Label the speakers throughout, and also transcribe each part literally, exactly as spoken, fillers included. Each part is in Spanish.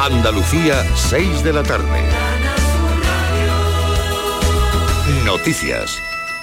Speaker 1: Andalucía, seis de la tarde. Noticias.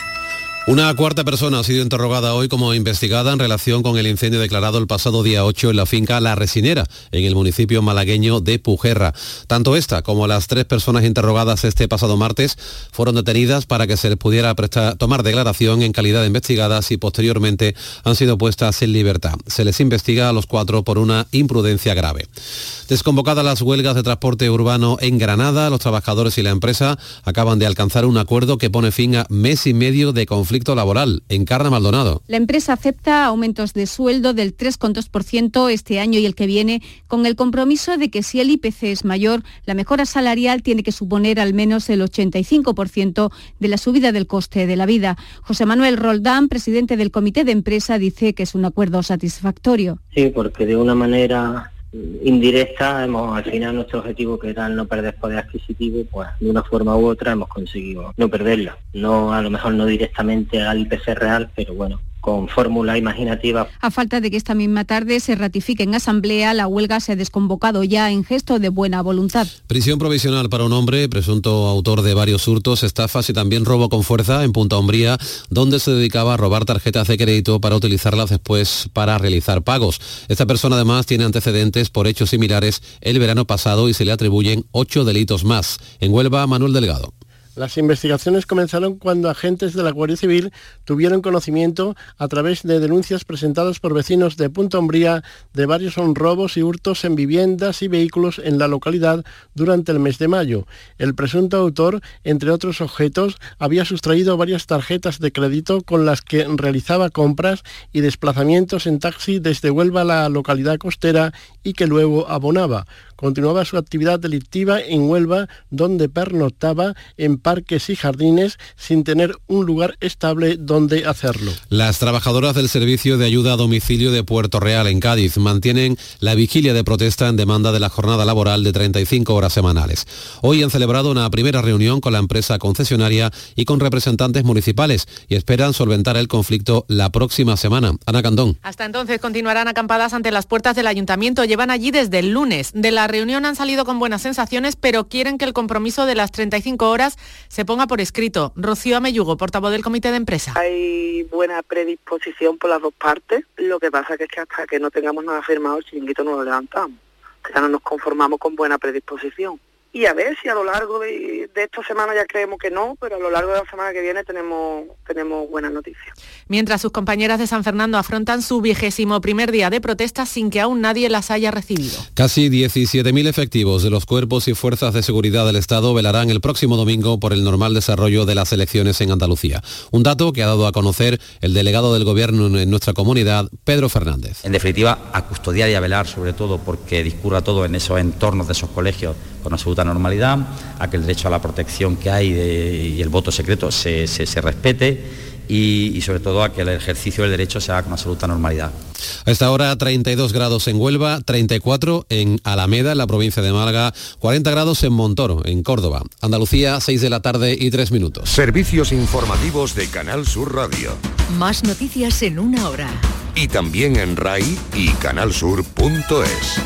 Speaker 2: Una cuarta persona ha sido interrogada hoy como investigada en relación con el incendio declarado el pasado día ocho en la finca La Resinera, en el municipio malagueño de Pujerra. Tanto esta como las tres personas interrogadas este pasado martes fueron detenidas para que se les pudiera prestar, tomar declaración en calidad de investigadas y posteriormente han sido puestas en libertad. Se les investiga a los cuatro por una imprudencia grave. Desconvocadas las huelgas de transporte urbano en Granada, los trabajadores y la empresa acaban de alcanzar un acuerdo que pone fin a mes y medio de conflicto laboral. Encarna Maldonado.
Speaker 3: La empresa acepta aumentos de sueldo del tres coma dos por ciento este año y el que viene, con el compromiso de que si el I P C es mayor, la mejora salarial tiene que suponer al menos el ochenta y cinco por ciento de la subida del coste de la vida. José Manuel Roldán, presidente del comité de empresa, dice que es un acuerdo satisfactorio.
Speaker 4: Sí, porque de una manera indirecta hemos, al final, nuestro objetivo, que era el no perder poder adquisitivo, pues de una forma u otra hemos conseguido no perderlo. No, a lo mejor no directamente al I P C real, pero bueno, con fórmula imaginativa.
Speaker 3: A falta de que esta misma tarde se ratifique en asamblea, la huelga se ha desconvocado ya en gesto de buena voluntad.
Speaker 2: Prisión provisional para un hombre, presunto autor de varios hurtos, estafas y también robo con fuerza en Punta Umbría, donde se dedicaba a robar tarjetas de crédito para utilizarlas después para realizar pagos. Esta persona además tiene antecedentes por hechos similares el verano pasado y se le atribuyen ocho delitos más. En Huelva, Manuel Delgado.
Speaker 5: Las investigaciones comenzaron cuando agentes de la Guardia Civil tuvieron conocimiento, a través de denuncias presentadas por vecinos de Punta Umbría, de varios robos y hurtos en viviendas y vehículos en la localidad durante el mes de mayo. El presunto autor, entre otros objetos, había sustraído varias tarjetas de crédito con las que realizaba compras y desplazamientos en taxi desde Huelva a la localidad costera y que luego abonaba. Continuaba su actividad delictiva en Huelva, donde pernoctaba en parques y jardines sin tener un lugar estable donde hacerlo.
Speaker 2: Las trabajadoras del Servicio de Ayuda a Domicilio de Puerto Real, en Cádiz, mantienen la vigilia de protesta en demanda de la jornada laboral de treinta y cinco horas semanales. Hoy han celebrado una primera reunión con la empresa concesionaria y con representantes municipales y esperan solventar el conflicto la próxima semana. Ana Candón.
Speaker 6: Hasta entonces continuarán acampadas ante las puertas del ayuntamiento. Llevan allí desde el lunes. De la reunión han salido con buenas sensaciones, pero quieren que el compromiso de las treinta y cinco horas se ponga por escrito. Rocío Ameyugo, portavoz del comité de empresa.
Speaker 7: Hay buena predisposición por las dos partes. Lo que pasa es que hasta que no tengamos nada firmado, el chiringuito no lo levantamos. Ya no nos conformamos con buena predisposición. Y a ver si a lo largo de, de esta semana, ya creemos que no, pero a lo largo de la semana que viene tenemos, tenemos buenas noticias.
Speaker 6: Mientras sus compañeras de San Fernando afrontan su vigésimo primer día de protesta sin que aún nadie las haya recibido.
Speaker 2: Casi diecisiete mil efectivos de los cuerpos y fuerzas de seguridad del Estado velarán el próximo domingo por el normal desarrollo de las elecciones en Andalucía. Un dato que ha dado a conocer el delegado del Gobierno en nuestra comunidad, Pedro Fernández.
Speaker 8: En definitiva, a custodiar y a velar sobre todo porque discurra todo en esos entornos de esos colegios con absoluta normalidad, a que el derecho a la protección que hay de, y el voto secreto se, se, se respete y, y sobre todo a que el ejercicio del derecho se haga con absoluta normalidad.
Speaker 2: A esta hora treinta y dos grados en Huelva, treinta y cuatro en Alameda, en la provincia de Málaga, cuarenta grados en Montoro, en Córdoba. Andalucía, seis de la tarde y tres minutos.
Speaker 1: Servicios informativos de Canal Sur Radio.
Speaker 9: Más noticias en una hora.
Speaker 1: Y también en RAI y canalsur punto es.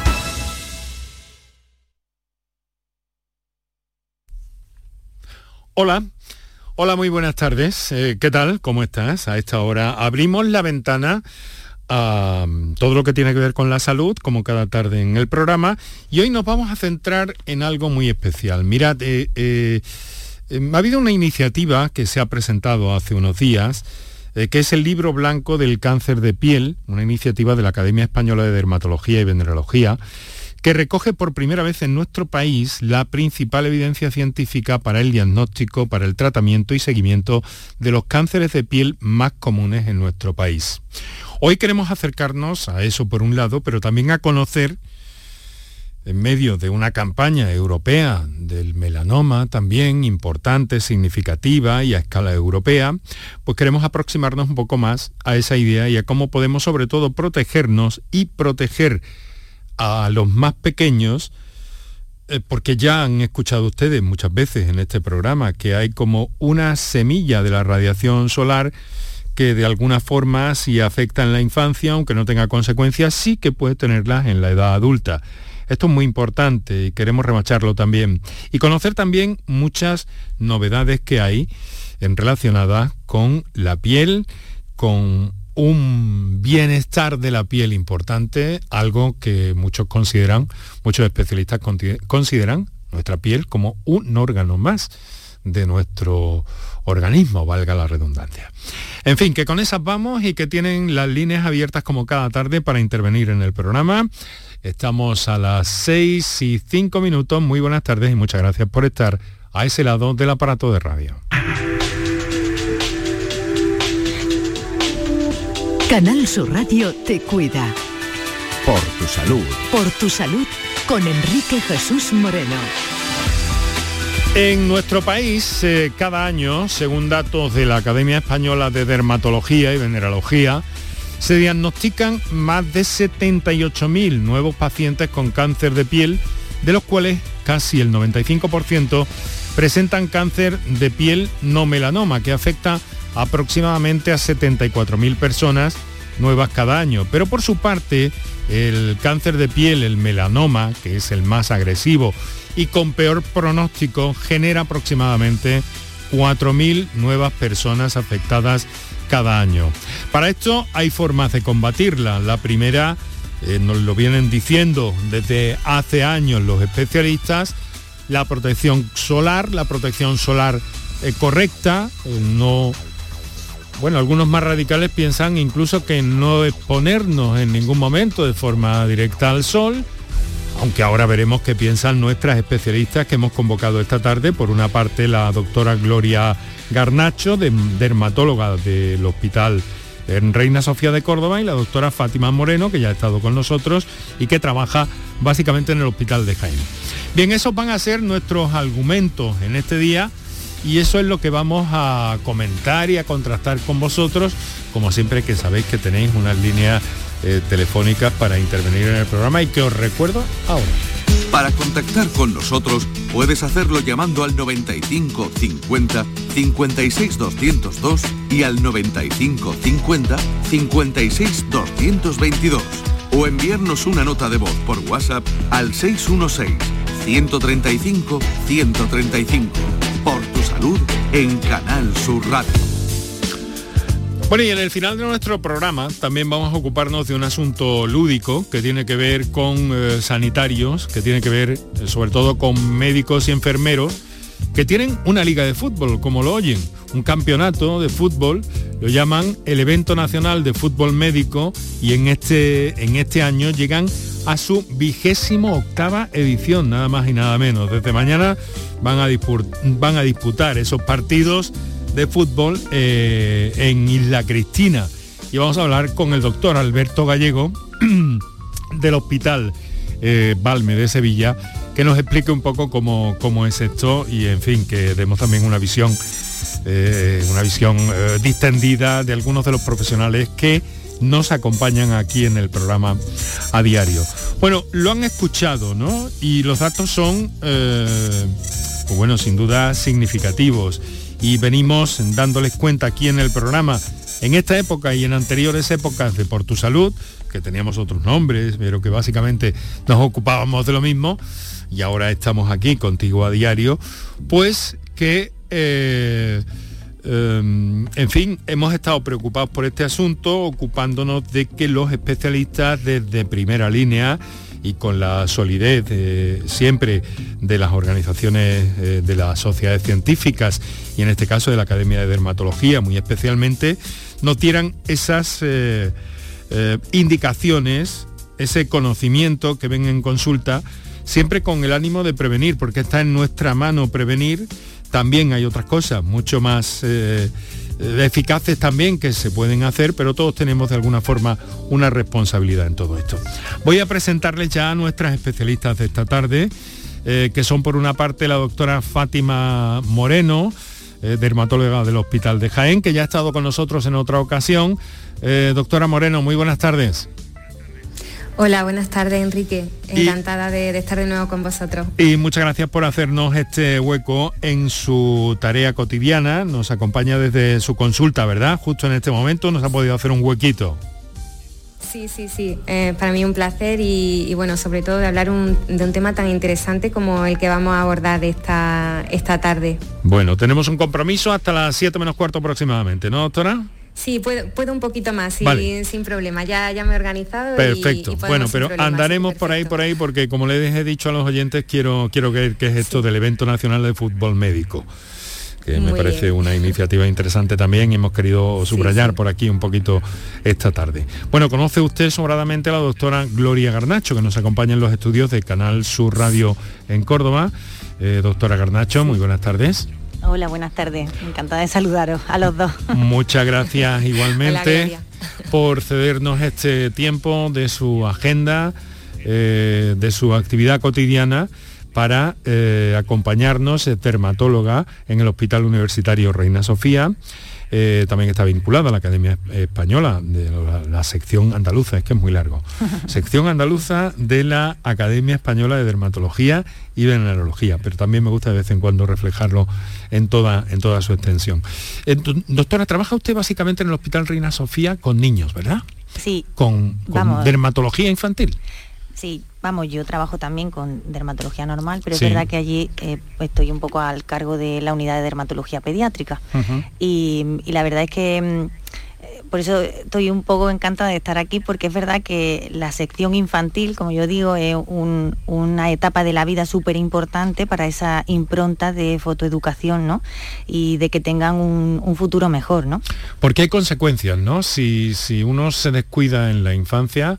Speaker 10: Hola, hola, muy buenas tardes. Eh, ¿Qué tal? ¿Cómo estás? A esta hora abrimos la ventana a um, todo lo que tiene que ver con la salud, como cada tarde en el programa, y hoy nos vamos a centrar en algo muy especial. Mirad, eh, eh, eh, ha habido una iniciativa que se ha presentado hace unos días, eh, que es el Libro Blanco del Cáncer de Piel, una iniciativa de la Academia Española de Dermatología y Venerología, que recoge por primera vez en nuestro país la principal evidencia científica para el diagnóstico, para el tratamiento y seguimiento de los cánceres de piel más comunes en nuestro país. Hoy queremos acercarnos a eso por un lado, pero también a conocer, en medio de una campaña europea del melanoma también importante, significativa y a escala europea, pues queremos aproximarnos un poco más a esa idea y a cómo podemos sobre todo protegernos y proteger a los más pequeños, eh, porque ya han escuchado ustedes muchas veces en este programa que hay como una semilla de la radiación solar que de alguna forma, si afecta en la infancia, aunque no tenga consecuencias, sí que puede tenerlas en la edad adulta. Esto es muy importante y queremos remacharlo también. Y conocer también muchas novedades que hay en relacionadas con la piel, con un bienestar de la piel importante, algo que muchos consideran, muchos especialistas consideran nuestra piel como un órgano más de nuestro organismo, valga la redundancia. En fin, que con esas vamos y que tienen las líneas abiertas como cada tarde para intervenir en el programa. Estamos a las seis y cinco minutos. Muy buenas tardes y muchas gracias por estar a ese lado del aparato de radio.
Speaker 9: Canal Sur Radio te cuida.
Speaker 1: Por tu salud.
Speaker 9: Por tu salud con Enrique Jesús Moreno.
Speaker 10: En nuestro país, eh, cada año, según datos de la Academia Española de Dermatología y Venerología, se diagnostican más de setenta y ocho mil nuevos pacientes con cáncer de piel, de los cuales casi el noventa y cinco por ciento presentan cáncer de piel no melanoma, que afecta aproximadamente a setenta y cuatro mil personas nuevas cada año. Pero por su parte, el cáncer de piel, el melanoma, que es el más agresivo y con peor pronóstico, genera aproximadamente cuatro mil nuevas personas afectadas cada año. Para esto hay formas de combatirla. La primera, eh, nos lo vienen diciendo desde hace años los especialistas, la protección solar, la protección solar eh, correcta, eh, no... Bueno, algunos más radicales piensan incluso que no exponernos en ningún momento de forma directa al sol, aunque ahora veremos qué piensan nuestras especialistas que hemos convocado esta tarde. Por una parte, la doctora Gloria Garnacho, de, dermatóloga del Hospital en Reina Sofía de Córdoba, y la doctora Fátima Moreno, que ya ha estado con nosotros y que trabaja básicamente en el Hospital de Jaén. Bien, esos van a ser nuestros argumentos en este día, y eso es lo que vamos a comentar y a contrastar con vosotros, como siempre, que sabéis que tenéis unas líneas eh, telefónicas para intervenir en el programa y que os recuerdo ahora.
Speaker 11: Para contactar con nosotros puedes hacerlo llamando al noventa y cinco cincuenta cincuenta y seis doscientos dos y al noventa y cinco cincuenta cincuenta y seis doscientos veintidós, o enviarnos una nota de voz por WhatsApp al seis uno seis, uno tres cinco, uno tres cinco. Por tu salud en Canal Sur Radio.
Speaker 10: Bueno, y en el final de nuestro programa también vamos a ocuparnos de un asunto lúdico que tiene que ver con eh, sanitarios, que tiene que ver eh, sobre todo con médicos y enfermeros que tienen una liga de fútbol, como lo oyen, un campeonato de fútbol, lo llaman el Evento Nacional de Fútbol Médico, y en este, en este año llegan a su vigésimo octava edición, nada más y nada menos. Desde mañana van a, disput- van a disputar esos partidos de fútbol eh, en Isla Cristina. Y vamos a hablar con el doctor Alberto Gallego del Hospital eh, Balme de Sevilla, que nos explique un poco cómo, cómo es esto y, en fin, que demos también una visión, eh, una visión eh, distendida de algunos de los profesionales que nos acompañan aquí en el programa a diario. Bueno, lo han escuchado, ¿no? Y los datos son, eh, pues bueno, sin duda significativos. Y venimos dándoles cuenta aquí en el programa, en esta época y en anteriores épocas de Por tu Salud, que teníamos otros nombres, pero que básicamente nos ocupábamos de lo mismo, y ahora estamos aquí contigo a diario, pues que... Eh, Um, en fin, hemos estado preocupados por este asunto, ocupándonos de que los especialistas desde primera línea y con la solidez eh, siempre de las organizaciones eh, de las sociedades científicas, y en este caso de la Academia de Dermatología muy especialmente, nos dieran esas eh, eh, indicaciones, ese conocimiento que ven en consulta, siempre con el ánimo de prevenir, porque está en nuestra mano prevenir. También hay otras cosas mucho más eh, eficaces también que se pueden hacer, pero todos tenemos de alguna forma una responsabilidad en todo esto. Voy a presentarles ya a nuestras especialistas de esta tarde, eh, que son por una parte la doctora Fátima Moreno, eh, dermatóloga del Hospital de Jaén, que ya ha estado con nosotros en otra ocasión. Eh, doctora Moreno, muy buenas tardes.
Speaker 12: Hola, buenas tardes, Enrique. Encantada y, de, de estar de nuevo con vosotros.
Speaker 10: Y muchas gracias por hacernos este hueco en su tarea cotidiana. Nos acompaña desde su consulta, ¿verdad? Justo en este momento nos ha podido hacer un huequito.
Speaker 12: Sí, sí, sí. Eh, para mí un placer y, y bueno, sobre todo de hablar un, de un tema tan interesante como el que vamos a abordar esta, esta tarde.
Speaker 10: Bueno, tenemos un compromiso hasta las siete menos cuarto aproximadamente, ¿no, doctora?
Speaker 12: Sí, puedo, puedo un poquito más, sí,
Speaker 10: vale.
Speaker 12: Sin problema. Ya, ya me he organizado.
Speaker 10: Perfecto.
Speaker 12: Y, y
Speaker 10: bueno, pero andaremos sí, por ahí, por ahí, porque como les he dicho a los oyentes, quiero, quiero ver qué es esto sí. del evento nacional de fútbol médico. Que Muy me parece bien. Una iniciativa interesante también y hemos querido subrayar sí, sí. por aquí un poquito esta tarde. Bueno, conoce usted sobradamente a la doctora Gloria Garnacho, que nos acompaña en los estudios de Canal Sur Radio en Córdoba. Eh, doctora Garnacho, sí. muy buenas tardes.
Speaker 13: Hola, buenas tardes. Encantada de saludaros a los dos.
Speaker 10: Muchas gracias igualmente por cedernos este tiempo de su agenda, eh, de su actividad cotidiana, para eh, acompañarnos, es dermatóloga en el Hospital Universitario Reina Sofía. Eh, también está vinculada a la Academia Española de la, la sección andaluza, es que es muy largo, sección andaluza de la Academia Española de Dermatología y Venerología, pero también me gusta de vez en cuando reflejarlo en toda, en toda su extensión. Eh, doctora, trabaja usted básicamente en el Hospital Reina Sofía con niños, ¿verdad?
Speaker 13: Sí.
Speaker 10: Con, con dermatología infantil.
Speaker 13: Sí, vamos, yo trabajo también con dermatología normal, pero sí. es verdad que allí eh, estoy un poco al cargo de la unidad de dermatología pediátrica. Uh-huh. y, y la verdad es que eh, por eso estoy un poco encantada de estar aquí, porque es verdad que la sección infantil, como yo digo, es un, una etapa de la vida súper importante para esa impronta de fotoeducación, ¿no? Y de que tengan un, un futuro mejor, ¿no?
Speaker 10: Porque hay consecuencias, ¿no? Si, si uno se descuida en la infancia,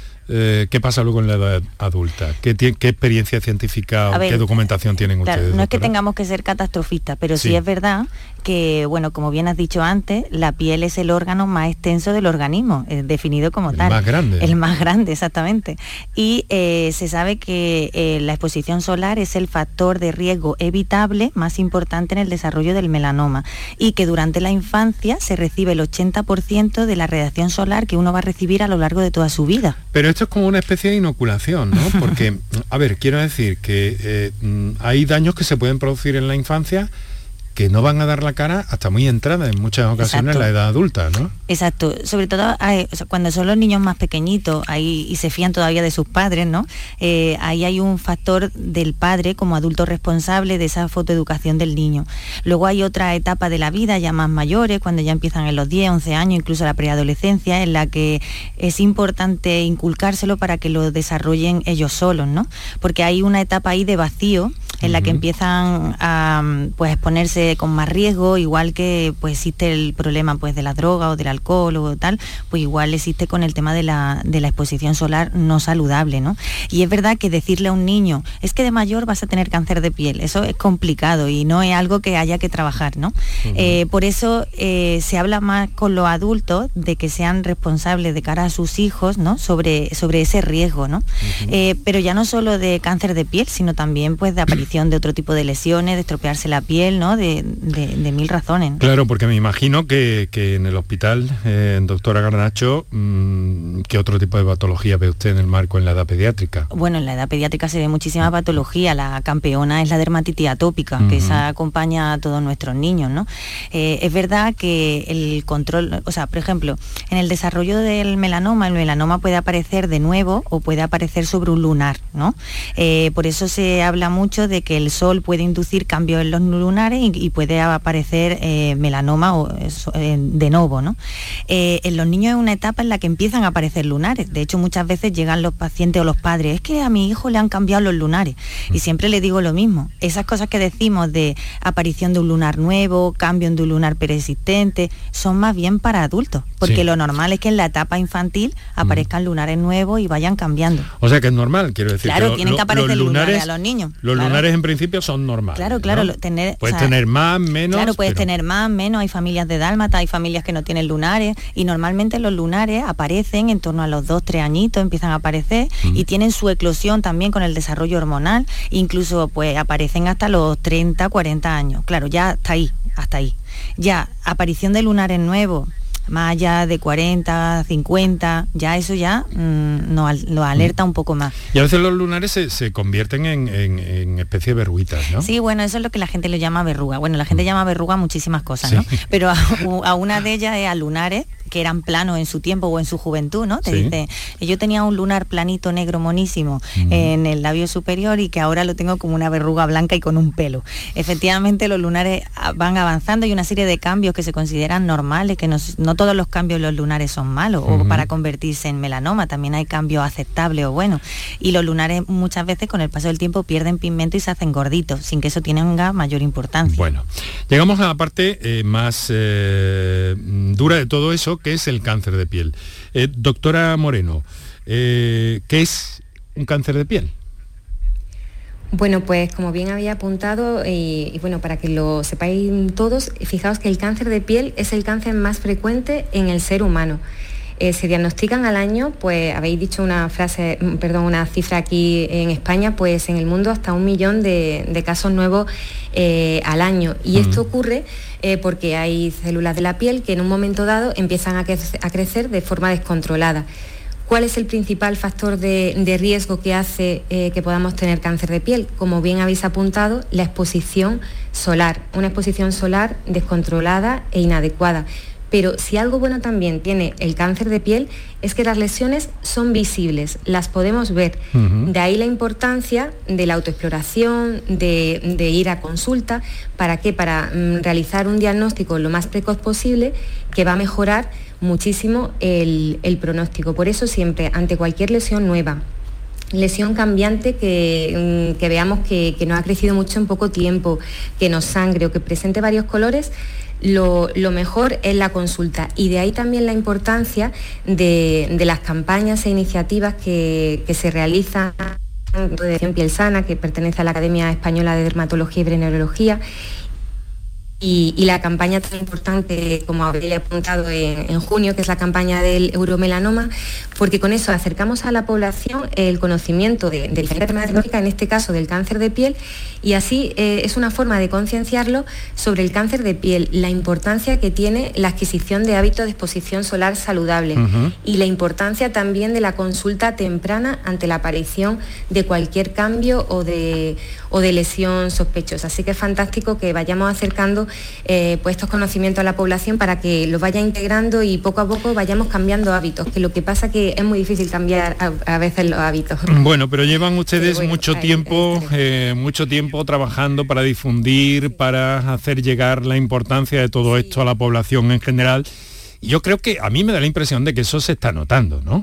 Speaker 10: Eh, ¿qué pasa luego en la edad adulta? ¿Qué, qué experiencia científica o ver, qué documentación tienen
Speaker 13: claro,
Speaker 10: ustedes?
Speaker 13: No es que tengamos que ser catastrofistas, pero sí. sí es verdad que, bueno, como bien has dicho antes, la piel es el órgano más extenso del organismo, eh, definido como
Speaker 10: el
Speaker 13: tal.
Speaker 10: El más grande.
Speaker 13: El más grande, exactamente. Y eh, se sabe que eh, la exposición solar es el factor de riesgo evitable más importante en el desarrollo del melanoma, y que durante la infancia se recibe el ochenta por ciento de la radiación solar que uno va a recibir a lo largo de toda su vida.
Speaker 10: Pero esto es como una especie de inoculación, ¿no? Porque, a ver, quiero decir que eh, hay daños que se pueden producir en la infancia que no van a dar la cara hasta muy entrada en muchas ocasiones. Exacto. En la edad adulta, ¿no?
Speaker 13: Exacto, sobre todo hay, o sea, cuando son los niños más pequeñitos ahí, y se fían todavía de sus padres, ¿no? Eh, ahí hay un factor del padre como adulto responsable de esa fotoeducación del niño. Luego hay otra etapa de la vida ya más mayores, cuando ya empiezan en los diez, once años, incluso la preadolescencia, en la que es importante inculcárselo para que lo desarrollen ellos solos, ¿no? Porque hay una etapa ahí de vacío en la que empiezan a pues exponerse con más riesgo, igual que pues existe el problema pues de la droga o del alcohol o tal, pues igual existe con el tema de la, de la exposición solar no saludable, ¿no? Y es verdad que decirle a un niño, es que de mayor vas a tener cáncer de piel, eso es complicado y no es algo que haya que trabajar, ¿no? Uh-huh. Eh, por eso eh, se habla más con los adultos de que sean responsables de cara a sus hijos, ¿no? Sobre, sobre ese riesgo, ¿no? Uh-huh. Eh, pero ya no solo de cáncer de piel, sino también pues de aparición de otro tipo de lesiones, de estropearse la piel, ¿no? De, de, de mil razones.
Speaker 10: Claro, porque me imagino que, que en el hospital, eh, doctora Garnacho, mmm, ¿qué otro tipo de patología ve usted en el marco en la edad pediátrica?
Speaker 13: Bueno, en la edad pediátrica se ve muchísima patología. La campeona es la dermatitis atópica, uh-huh. que esa acompaña a todos nuestros niños, ¿no? Eh, es verdad que el control, o sea, por ejemplo, en el desarrollo del melanoma, el melanoma puede aparecer de nuevo o puede aparecer sobre un lunar, ¿no? Eh, por eso se habla mucho de que el sol puede inducir cambios en los lunares y, y puede aparecer eh, melanoma o, eh, de nuevo, ¿no? Eh, en los niños es una etapa en la que empiezan a aparecer lunares. De hecho, muchas veces llegan los pacientes o los padres, es que a mi hijo le han cambiado los lunares. Y siempre le digo lo mismo. Esas cosas que decimos de aparición de un lunar nuevo, cambio de un lunar preexistente, son más bien para adultos. Porque sí. lo normal es que en la etapa infantil aparezcan mm. lunares nuevos y vayan cambiando.
Speaker 10: O sea que es normal, quiero decir.
Speaker 13: Claro,
Speaker 10: que
Speaker 13: tienen
Speaker 10: lo,
Speaker 13: que aparecer
Speaker 10: los lunares,
Speaker 13: lunares a los niños.
Speaker 10: Los
Speaker 13: claro.
Speaker 10: lunares en principio son normales.
Speaker 13: Claro, claro.
Speaker 10: ¿no?
Speaker 13: Tener,
Speaker 10: puedes
Speaker 13: o sea,
Speaker 10: tener más, menos.
Speaker 13: Claro, puedes
Speaker 10: pero...
Speaker 13: tener más, menos. Hay familias de dálmata, hay familias que no tienen lunares y normalmente los lunares aparecen en torno a los dos, tres añitos, empiezan a aparecer mm. y tienen su eclosión también con el desarrollo hormonal. Incluso pues aparecen hasta los treinta, cuarenta años. Claro, ya hasta ahí, hasta ahí. Ya, aparición de lunares nuevos, más allá de cuarenta, cincuenta, ya eso ya mmm, nos lo alerta un poco más.
Speaker 10: Y a veces los lunares se, se convierten en, en, en especie de verruguitas, ¿no?
Speaker 13: Sí, bueno, eso es lo que la gente lo llama verruga. Bueno, la gente llama verruga muchísimas cosas, sí. ¿no? Pero a, a una de ellas es a lunares, que eran planos en su tiempo o en su juventud, ¿no? Te
Speaker 14: Sí.
Speaker 13: dice, yo tenía un lunar planito negro monísimo uh-huh. en el labio superior y que ahora lo tengo como una verruga blanca y con un pelo. Efectivamente, los lunares van avanzando y una serie de cambios que se consideran normales, que no, no todos los cambios en los lunares son malos uh-huh. o para convertirse en melanoma, también hay cambios aceptables o buenos. Y los lunares muchas veces con el paso del tiempo pierden pigmento y se hacen gorditos, sin que eso tenga mayor importancia.
Speaker 10: Bueno, llegamos a la parte eh, más eh, dura de todo eso, que es el cáncer de piel. Eh, doctora Moreno, eh, ¿qué es un cáncer de piel?
Speaker 12: Bueno, pues como bien había apuntado, y, y bueno, para que lo sepáis todos, fijaos que el cáncer de piel es el cáncer más frecuente en el ser humano. Eh, se diagnostican al año, pues habéis dicho una frase, perdón, una cifra aquí en España, pues en el mundo hasta un millón de, de casos nuevos eh, al año. Y uh-huh. esto ocurre eh, porque hay células de la piel que en un momento dado empiezan a, crece, a crecer de forma descontrolada. ¿Cuál es el principal factor de, de riesgo que hace eh, que podamos tener cáncer de piel? Como bien habéis apuntado, la exposición solar, una exposición solar descontrolada e inadecuada. Pero si algo bueno también tiene el cáncer de piel es que las lesiones son visibles, las podemos ver. Uh-huh. De ahí la importancia de la autoexploración, de, de ir a consulta. ¿Para qué? Para mm, realizar un diagnóstico lo más precoz posible que va a mejorar muchísimo el, el pronóstico. Por eso siempre, ante cualquier lesión nueva, lesión cambiante que, que veamos que, que no ha crecido mucho en poco tiempo, que nos sangre o que presente varios colores, Lo, lo mejor es la consulta, y de ahí también la importancia de, de las campañas e iniciativas que, que se realizan en Piel Sana, que pertenece a la Academia Española de Dermatología y Venereología, y, y la campaña tan importante como había apuntado en, en junio, que es la campaña del euromelanoma, porque con eso acercamos a la población el conocimiento de, de la enfermedad dermatológica, en este caso del cáncer de piel, y así eh, es una forma de concienciarlo sobre el cáncer de piel, la importancia que tiene la adquisición de hábitos de exposición solar saludable uh-huh. y la importancia también de la consulta temprana ante la aparición de cualquier cambio o de, o de lesión sospechosa. Así que es fantástico que vayamos acercando eh, pues estos conocimientos a la población para que los vaya integrando y poco a poco vayamos cambiando hábitos, que lo que pasa que es muy difícil cambiar a, a veces los hábitos.
Speaker 10: Bueno, pero llevan ustedes
Speaker 12: bueno,
Speaker 10: mucho
Speaker 12: ahí,
Speaker 10: tiempo,
Speaker 12: ahí
Speaker 10: eh, mucho tiempo trabajando para difundir, para hacer llegar la importancia de todo
Speaker 12: sí.
Speaker 10: esto a la población en general. Y yo creo que a mí me da la impresión de que eso se está notando, ¿no?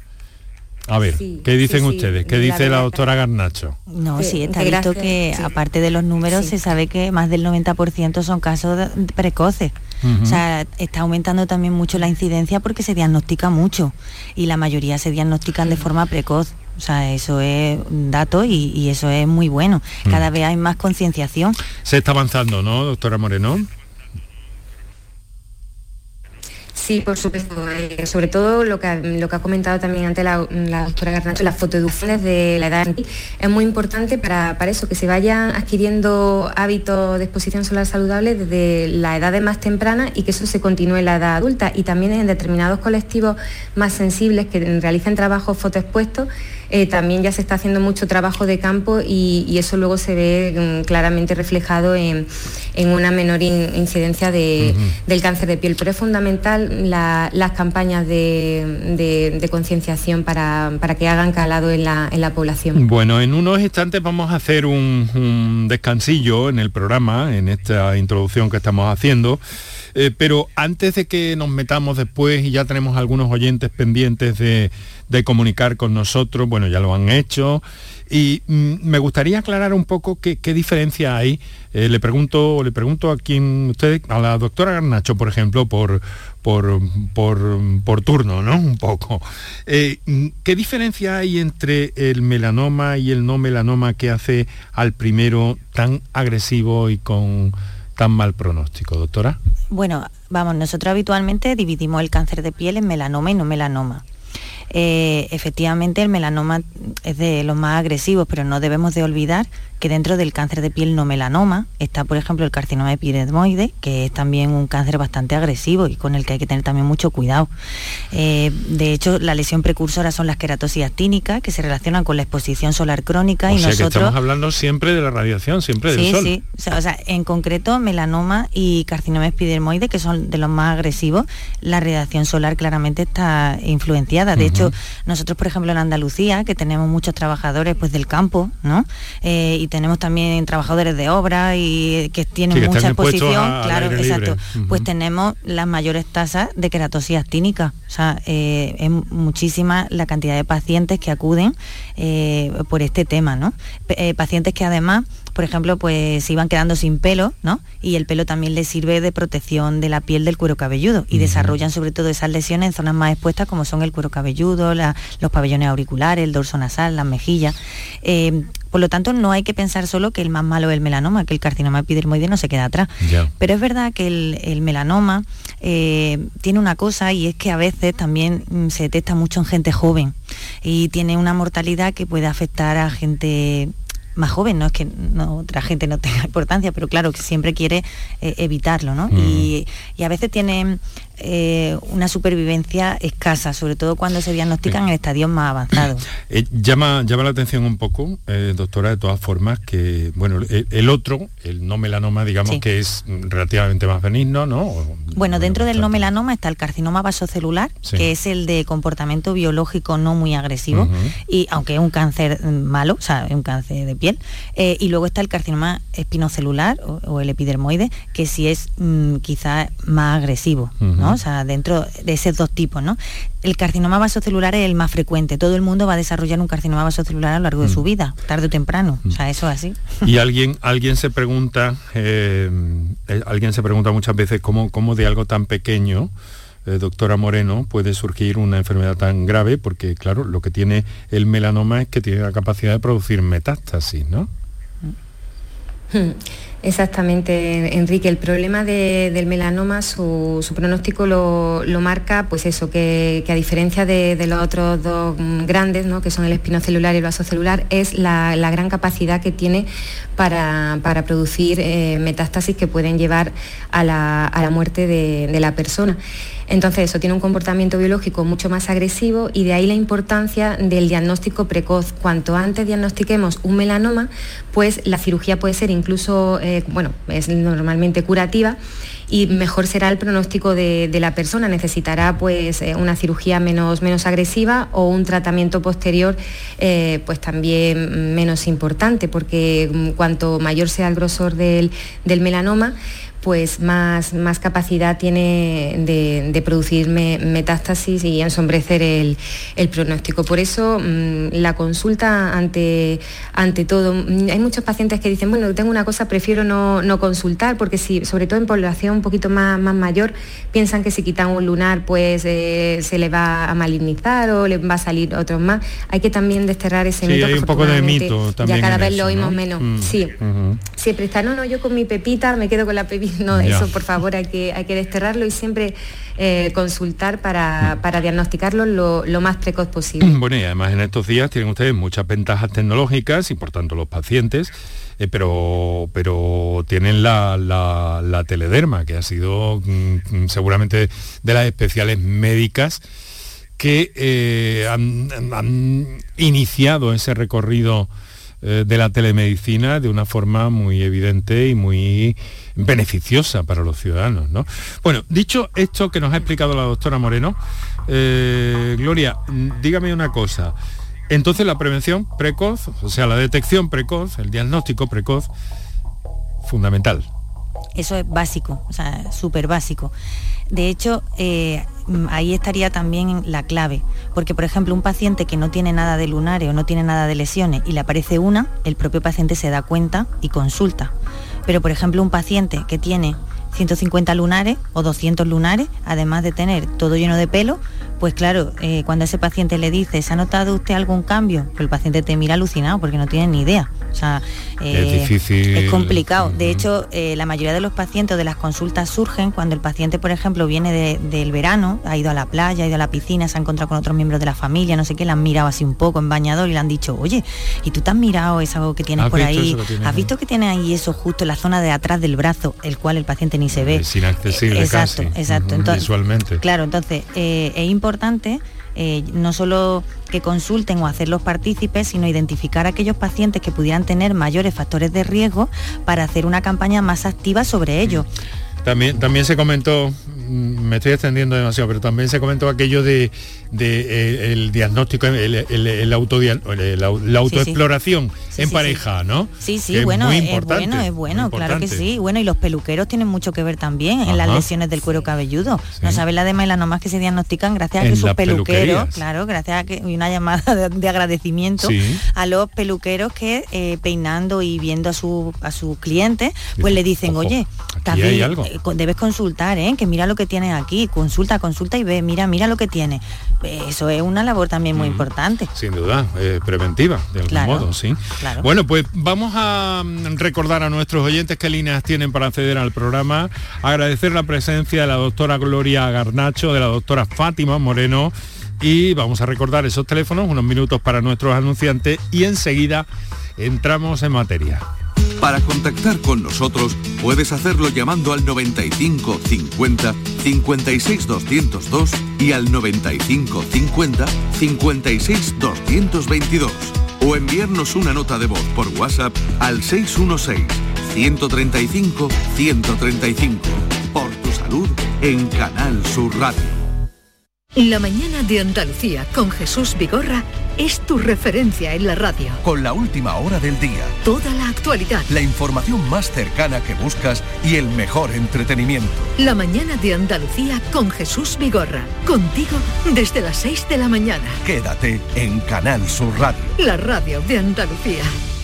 Speaker 10: A ver, sí, ¿qué dicen sí, ustedes? Sí, ¿Qué dice la, la doctora Garnacho?
Speaker 13: No, sí, está visto que sí. aparte de los números sí. se sabe que más del noventa por ciento son casos de, de precoces. Uh-huh. O sea, está aumentando también mucho la incidencia porque se diagnostica mucho y la mayoría se diagnostican de forma precoz. O sea, eso es un dato y, y eso es muy bueno. Cada uh-huh. vez hay más concienciación.
Speaker 10: Se está avanzando, ¿no, doctora Moreno?
Speaker 12: Sí, por supuesto. Eh, sobre todo lo que, lo que ha comentado también antes la, la doctora Garnacho, las fotoeducaciones de la edad es muy importante para, para eso, que se vayan adquiriendo hábitos de exposición solar saludable desde la edad más temprana y que eso se continúe en la edad adulta. Y también en determinados colectivos más sensibles que realicen trabajos fotoexpuestos, eh, también ya se está haciendo mucho trabajo de campo y, y eso luego se ve um, claramente reflejado en, en una menor in, incidencia de, uh-huh. del cáncer de piel. Pero es fundamental la, las campañas de, de, de concienciación para, para que hagan calado en la, en la población.
Speaker 10: Bueno, en unos instantes vamos a hacer un, un descansillo en el programa, en esta introducción que estamos haciendo. Eh, pero antes de que nos metamos después, y ya tenemos algunos oyentes pendientes de, de comunicar con nosotros, bueno, ya lo han hecho, y mm, me gustaría aclarar un poco qué, qué diferencia hay. Eh, le pregunto le pregunto a quien usted, a la doctora Garnacho, por ejemplo, por, por, por, por turno, ¿no? Un poco. Eh, ¿Qué diferencia hay entre el melanoma y el no melanoma que hace al primero tan agresivo y con tan mal pronóstico, doctora?
Speaker 13: Bueno, vamos, nosotros habitualmente dividimos el cáncer de piel en melanoma y no melanoma. Eh, efectivamente, el melanoma es de los más agresivos, pero no debemos de olvidar que dentro del cáncer de piel no melanoma está, por ejemplo, el carcinoma epidermoide, que es también un cáncer bastante agresivo y con el que hay que tener también mucho cuidado. Eh, de hecho, la lesión precursora son las queratosis actínicas, que se relacionan con la exposición solar crónica.
Speaker 10: O
Speaker 13: y
Speaker 10: sea
Speaker 13: nosotros...
Speaker 10: que estamos hablando siempre de la radiación, siempre del
Speaker 13: sí,
Speaker 10: sol.
Speaker 13: Sí, sí. O sea, en concreto, melanoma y carcinoma epidermoide, que son de los más agresivos, la radiación solar claramente está influenciada. De uh-huh. hecho, nosotros, por ejemplo, en Andalucía, que tenemos muchos trabajadores pues del campo, ¿no? Eh, y tenemos también trabajadores de obra y que tienen sí, que mucha exposición, a, claro, exacto. Uh-huh. Pues tenemos las mayores tasas de queratosis actínica. O sea, eh, es muchísima la cantidad de pacientes que acuden eh, por este tema, ¿no? P- eh, pacientes que además, por ejemplo, pues se iban quedando sin pelo, ¿no? Y el pelo también les sirve de protección de la piel del cuero cabelludo y uh-huh. desarrollan sobre todo esas lesiones en zonas más expuestas como son el cuero cabelludo, la, los pabellones auriculares, el dorso nasal, las mejillas. Eh, por lo tanto, no hay que pensar solo que el más malo es el melanoma, que el carcinoma epidermoide no se queda atrás. Yeah. Pero es verdad que el, el melanoma eh, tiene una cosa, y es que a veces también mm, se detecta mucho en gente joven y tiene una mortalidad que puede afectar a gente más joven. No es que no, otra gente no tenga importancia, pero claro que siempre quiere eh, evitarlo, ¿no? Mm. Y, y a veces tiene eh, una supervivencia escasa, sobre todo cuando se diagnostican sí. en estadios más avanzados.
Speaker 10: Eh, llama, llama la atención un poco, eh, doctora, de todas formas, que bueno, el, el otro, el no melanoma, digamos sí. que es relativamente más benigno, ¿no? O,
Speaker 13: bueno, dentro del no melanoma está el carcinoma vasocelular, sí. que es el de comportamiento biológico no muy agresivo, uh-huh. y aunque es un cáncer malo, o sea, es un cáncer de piel, eh, y luego está el carcinoma espinocelular o, o el epidermoide, que sí es mmm, quizá más agresivo, uh-huh. ¿no? O sea, dentro de esos dos tipos, ¿no? El carcinoma vasocelular es el más frecuente. Todo el mundo va a desarrollar un carcinoma vasocelular a lo largo de su vida, tarde o temprano. O sea, eso es así.
Speaker 10: Y alguien, alguien se pregunta, eh, alguien se pregunta muchas veces cómo, cómo de algo tan pequeño, eh, doctora Moreno, puede surgir una enfermedad tan grave, porque claro, lo que tiene el melanoma es que tiene la capacidad de producir metástasis, ¿no?
Speaker 12: Exactamente, Enrique. El problema de, del melanoma, su, su pronóstico lo, lo marca, pues eso, que, que a diferencia de, de los otros dos grandes, ¿no? que son el espinocelular y el vasocelular, es la, la gran capacidad que tiene para, para producir eh, metástasis que pueden llevar a la, a la muerte de, de la persona. Entonces eso tiene un comportamiento biológico mucho más agresivo, y de ahí la importancia del diagnóstico precoz. Cuanto antes diagnostiquemos un melanoma, pues la cirugía puede ser incluso, eh, bueno, es normalmente curativa, y mejor será el pronóstico de, de la persona. Necesitará pues eh, una cirugía menos, menos agresiva o un tratamiento posterior eh, pues también menos importante, porque cuanto mayor sea el grosor del, del melanoma, pues más, más capacidad tiene de, de producir me, metástasis y ensombrecer el, el pronóstico. Por eso mmm, la consulta ante, ante todo. Hay muchos pacientes que dicen, bueno, tengo una cosa, prefiero no, no consultar, porque si, sobre todo en población un poquito más, más mayor, piensan que si quitan un lunar pues eh, se le va a malignizar o le va a salir otros más. Hay que también desterrar ese
Speaker 10: sí,
Speaker 12: mito.
Speaker 10: Hay un poco de mito también.
Speaker 12: Ya cada vez
Speaker 10: eso,
Speaker 12: lo oímos
Speaker 10: ¿no?
Speaker 12: menos.
Speaker 10: Mm,
Speaker 12: sí.
Speaker 10: uh-huh.
Speaker 12: Siempre está, no, no, yo con mi pepita me quedo con la pepita. No,
Speaker 10: ya.
Speaker 12: Eso por favor hay que, hay que desterrarlo y siempre eh, consultar para, para diagnosticarlo lo, lo más precoz posible.
Speaker 10: Bueno, y además en estos días tienen ustedes muchas ventajas tecnológicas y por tanto los pacientes, eh, pero, pero tienen la, la, la telederma, que ha sido mm, seguramente de las especiales médicas que eh, han, han iniciado ese recorrido de la telemedicina de una forma muy evidente y muy beneficiosa para los ciudadanos, ¿no? Bueno, dicho esto que nos ha explicado la doctora Moreno, eh, Gloria, dígame una cosa. Entonces la prevención precoz, o sea, la detección precoz, el diagnóstico precoz, fundamental.
Speaker 13: Eso es básico, o sea, súper básico. De hecho, eh, ahí estaría también la clave, porque por ejemplo un paciente que no tiene nada de lunares o no tiene nada de lesiones y le aparece una, el propio paciente se da cuenta y consulta. Pero por ejemplo un paciente que tiene ciento cincuenta lunares o doscientos lunares, además de tener todo lleno de pelo, pues claro, eh, cuando a ese paciente le dice, ¿se ha notado usted algún cambio? Pues el paciente te mira alucinado porque no tiene ni idea. O sea, eh,
Speaker 10: es difícil.
Speaker 13: Es complicado. De hecho, eh, la mayoría de los pacientes de las consultas surgen cuando el paciente, por ejemplo, viene de, del verano, ha ido a la playa, ha ido a la piscina, se ha encontrado con otros miembros de la familia, no sé qué, le han mirado así un poco en bañador y le han dicho, oye, ¿y tú te has mirado eso que tienes por ahí? ¿Has visto que tienes ahí eso justo en la zona de atrás del brazo, el cual el paciente ni se ve?
Speaker 10: Es inaccesible.
Speaker 13: Eh, exacto,
Speaker 10: casi.
Speaker 13: exacto.
Speaker 10: Uh-huh,
Speaker 13: entonces,
Speaker 10: visualmente.
Speaker 13: Claro, entonces eh, es importante eh, no solo que consulten o hacerlos partícipes, sino identificar a aquellos pacientes que pudieran tener mayores factores de riesgo para hacer una campaña más activa sobre ello.
Speaker 10: También, también se comentó, me estoy extendiendo demasiado, pero también se comentó aquello de, de eh, el diagnóstico, el, el, el autodian, el, la, la autoexploración sí, sí. en sí, pareja, sí. ¿no?
Speaker 13: Sí, sí,
Speaker 10: que
Speaker 13: bueno,
Speaker 10: es,
Speaker 13: es,
Speaker 10: muy
Speaker 13: es bueno, es bueno, claro que sí. Bueno, y los peluqueros tienen mucho que ver también Ajá. en las lesiones del cuero cabelludo. Sí. No saben la de melanomas que se diagnostican gracias a que sus peluqueros, claro, gracias a que y una llamada de, de agradecimiento sí. a los peluqueros que eh, peinando y viendo a su a sus clientes, pues sí. le dicen, Ojo, oye,
Speaker 10: aquí hay algo.
Speaker 13: debes consultar, ¿eh? que mira lo que tienes aquí, consulta, consulta y ve, mira, mira lo que tiene. Eso es una labor también muy mm, importante.
Speaker 10: Sin duda, eh, preventiva, de algún
Speaker 13: claro,
Speaker 10: modo, sí.
Speaker 13: Claro.
Speaker 10: Bueno, pues vamos a recordar a nuestros oyentes qué líneas tienen para acceder al programa, agradecer la presencia de la doctora Gloria Garnacho, de la doctora Fátima Moreno, y vamos a recordar esos teléfonos, unos minutos para nuestros anunciantes, y enseguida entramos en materia.
Speaker 11: Para contactar con nosotros puedes hacerlo llamando al noventa y cinco cincuenta cincuenta y seis doscientos dos y al noventa y cinco cincuenta cincuenta y seis doscientos veintidós o enviarnos una nota de voz por WhatsApp al seis uno seis uno tres cinco uno tres cinco. Por tu salud en Canal Sur Radio.
Speaker 9: La mañana de Andalucía con Jesús Vigorra es tu referencia en la radio.
Speaker 14: Con la última hora del día.
Speaker 9: Toda la actualidad.
Speaker 14: La información más cercana que buscas y el mejor entretenimiento.
Speaker 9: La mañana de Andalucía con Jesús Vigorra. Contigo desde las seis de la mañana.
Speaker 14: Quédate en Canal Sur Radio.
Speaker 9: La radio de Andalucía.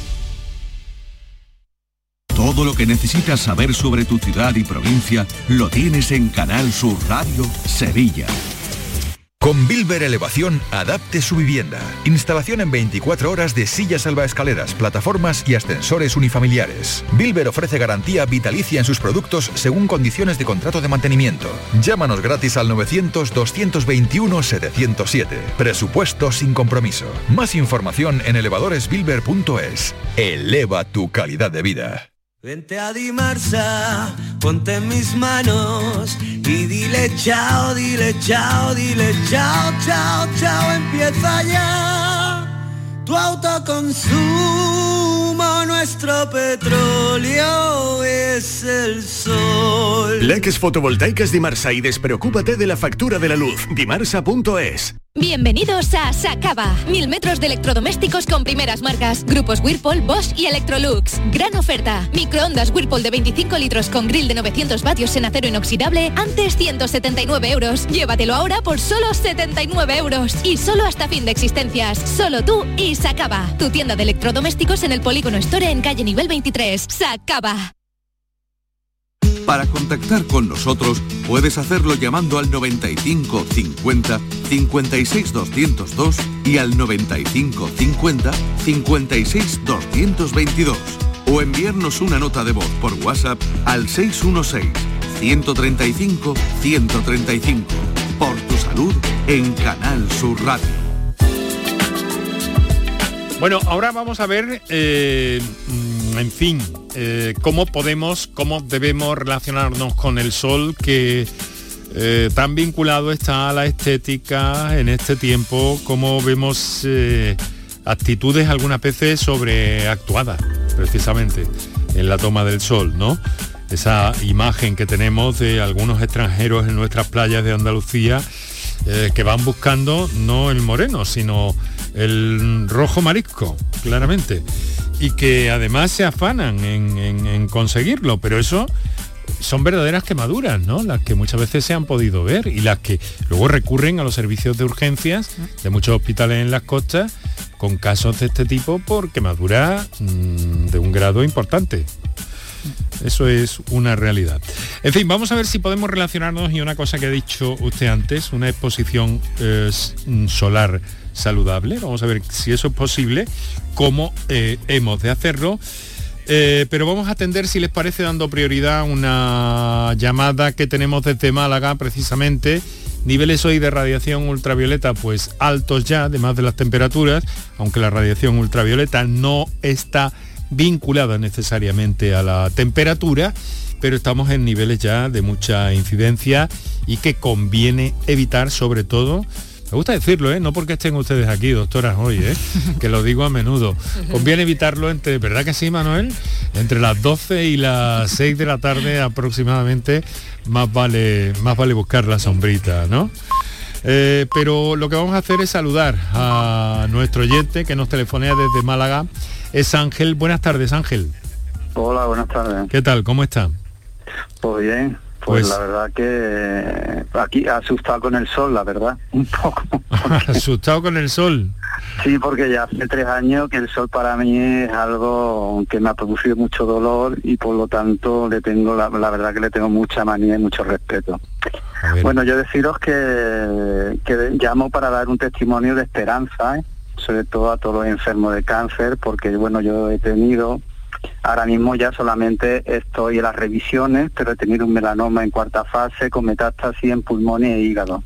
Speaker 11: Todo lo que necesitas saber sobre tu ciudad y provincia lo tienes en Canal Sur Radio Sevilla.
Speaker 15: Con Bilber Elevación, adapte su vivienda. Instalación en veinticuatro horas de sillas salvaescaleras, plataformas y ascensores unifamiliares. Bilber ofrece garantía vitalicia en sus productos según condiciones de contrato de mantenimiento. Llámanos gratis al novecientos doscientos veintiuno setecientos siete. Presupuesto sin compromiso. Más información en elevadores bilber punto es. Eleva tu calidad de vida.
Speaker 16: Vente a Dimarsa, ponte en mis manos y dile chao, dile chao, dile chao, chao, chao, empieza ya tu autoconsumo, nuestro petróleo es el sol.
Speaker 17: Leques fotovoltaicas Dimarsa y despreocúpate de la factura de la luz. Dimarsa punto es.
Speaker 18: Bienvenidos a Sacaba. Mil metros de electrodomésticos con primeras marcas. Grupos Whirlpool, Bosch y Electrolux. Gran oferta. Microondas Whirlpool de veinticinco litros con grill de novecientos vatios en acero inoxidable. Antes ciento setenta y nueve euros. Llévatelo ahora por solo setenta y nueve euros. Y solo hasta fin de existencias. Solo tú y Sacaba. Tu tienda de electrodomésticos en el Polígono Store en calle nivel veintitrés. Sacaba.
Speaker 11: Para contactar con nosotros puedes hacerlo llamando al noventa y cinco cincuenta cincuenta y seis doscientos dos y al noventa y cinco cincuenta cincuenta y seis doscientos veintidós o enviarnos una nota de voz por WhatsApp al seis uno seis uno tres cinco uno tres cinco. Por tu salud en Canal Sur Radio.
Speaker 10: Bueno, ahora vamos a ver, eh, en fin, eh, cómo podemos, cómo debemos relacionarnos con el sol, que eh, tan vinculado está a la estética en este tiempo, cómo vemos eh, actitudes algunas veces sobreactuadas, precisamente, en la toma del sol, ¿no? Esa imagen que tenemos de algunos extranjeros en nuestras playas de Andalucía, eh, que van buscando no el moreno, sino el rojo marisco, claramente, y que además se afanan en, en, en conseguirlo, pero eso son verdaderas quemaduras, ¿no? Las que muchas veces se han podido ver y las que luego recurren a los servicios de urgencias de muchos hospitales en las costas con casos de este tipo por quemaduras mmm, de un grado importante. Eso es una realidad. En fin, vamos a ver si podemos relacionarnos y una cosa que ha dicho usted antes, una exposición eh, solar saludable. Vamos a ver si eso es posible, cómo eh, hemos de hacerlo. Eh, pero vamos a atender, si les parece, dando prioridad a una llamada que tenemos desde Málaga, precisamente. Niveles hoy de radiación ultravioleta pues altos ya, además de las temperaturas, aunque la radiación ultravioleta no está vinculada necesariamente a la temperatura, pero estamos en niveles ya de mucha incidencia y que conviene evitar, sobre todo, me gusta decirlo, ¿eh? No porque estén ustedes aquí, doctoras, hoy, ¿eh? Que lo digo a menudo. Conviene evitarlo entre, ¿verdad que sí, Manuel? Entre las doce y las seis de la tarde aproximadamente, más vale, más vale buscar la sombrita, ¿no? Eh, pero lo que vamos a hacer es saludar a nuestro oyente que nos telefonea desde Málaga. Es Ángel. Buenas tardes, Ángel.
Speaker 19: Hola, buenas tardes.
Speaker 10: ¿Qué tal? ¿Cómo está?
Speaker 19: Pues bien. Pues, pues la verdad que aquí asustado con el sol, la verdad, un poco.
Speaker 10: ¿Asustado con el sol?
Speaker 19: Sí, porque ya hace tres años que el sol para mí es algo que me ha producido mucho dolor y por lo tanto le tengo, la, la verdad que le tengo mucha manía y mucho respeto. Bueno, yo deciros que, que llamo para dar un testimonio de esperanza, ¿eh? Sobre todo a todos los enfermos de cáncer, porque bueno, yo he tenido... Ahora mismo ya solamente estoy en las revisiones, pero he tenido un melanoma en cuarta fase con metástasis en pulmones e hígado.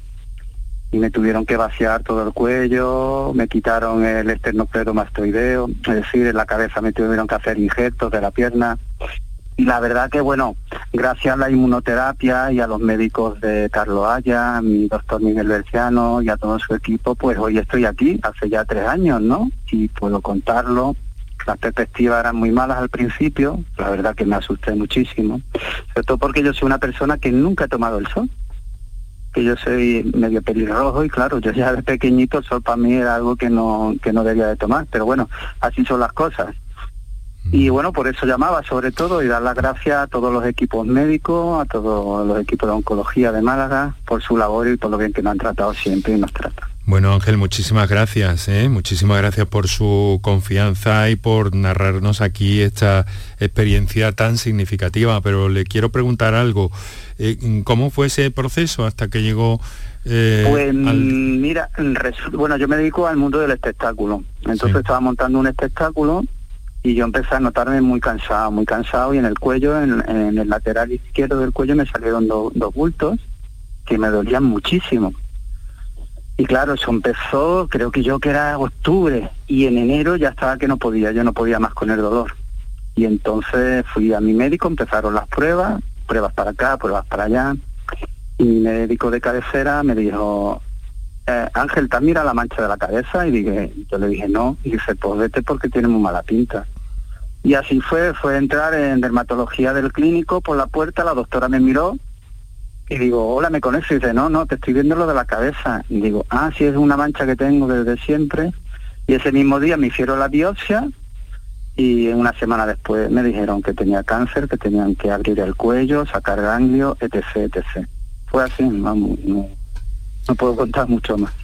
Speaker 19: Y me tuvieron que vaciar todo el cuello, me quitaron el esternocleidomastoideo, es decir, en la cabeza me tuvieron que hacer injertos de la pierna. Y la verdad que, bueno, gracias a la inmunoterapia y a los médicos de Carlos Haya, a mi doctor Miguel Berciano y a todo su equipo, pues hoy estoy aquí, hace ya tres años, ¿no? Y puedo contarlo. Las perspectivas eran muy malas al principio, la verdad que me asusté muchísimo, sobre todo porque yo soy una persona que nunca he tomado el sol, que yo soy medio pelirrojo y claro, yo ya de pequeñito el sol para mí era algo que no, que no debía de tomar, pero bueno, así son las cosas. Y bueno, por eso llamaba sobre todo y dar las gracias a todos los equipos médicos, a todos los equipos de oncología de Málaga, por su labor y por lo bien que nos han tratado siempre y nos tratan.
Speaker 10: Bueno, Ángel, muchísimas gracias, ¿eh? Muchísimas gracias por su confianza y por narrarnos aquí esta experiencia tan significativa, pero le quiero preguntar algo. Eh, ¿Cómo fue ese proceso hasta que llegó? Eh,
Speaker 19: pues
Speaker 10: al...
Speaker 19: mira, bueno, yo me dedico al mundo del espectáculo, entonces sí. Estaba montando un espectáculo y yo empecé a notarme muy cansado, muy cansado y en el cuello, en, en el lateral izquierdo del cuello me salieron do, dos bultos que me dolían muchísimo. Y claro, eso empezó, creo que yo que era octubre, y en enero ya estaba que no podía, yo no podía más con el dolor. Y entonces fui a mi médico, empezaron las pruebas, pruebas para acá, pruebas para allá, y mi médico de cabecera me dijo, eh, Ángel, ¿te has mirado la mancha de la cabeza? Y dije, yo le dije, no, y dice, pues vete porque tiene muy mala pinta. Y así fue, fue entrar en dermatología del clínico, por la puerta, la doctora me miró, y digo, hola, ¿me conoces? Y dice, no, no, te estoy viendo lo de la cabeza. Y digo, ah, sí, es una mancha que tengo desde siempre. Y ese mismo día me hicieron la biopsia y una semana después me dijeron que tenía cáncer, que tenían que abrir el cuello, sacar ganglio, etc, etcétera. Fue así, vamos, no, no puedo contar mucho más.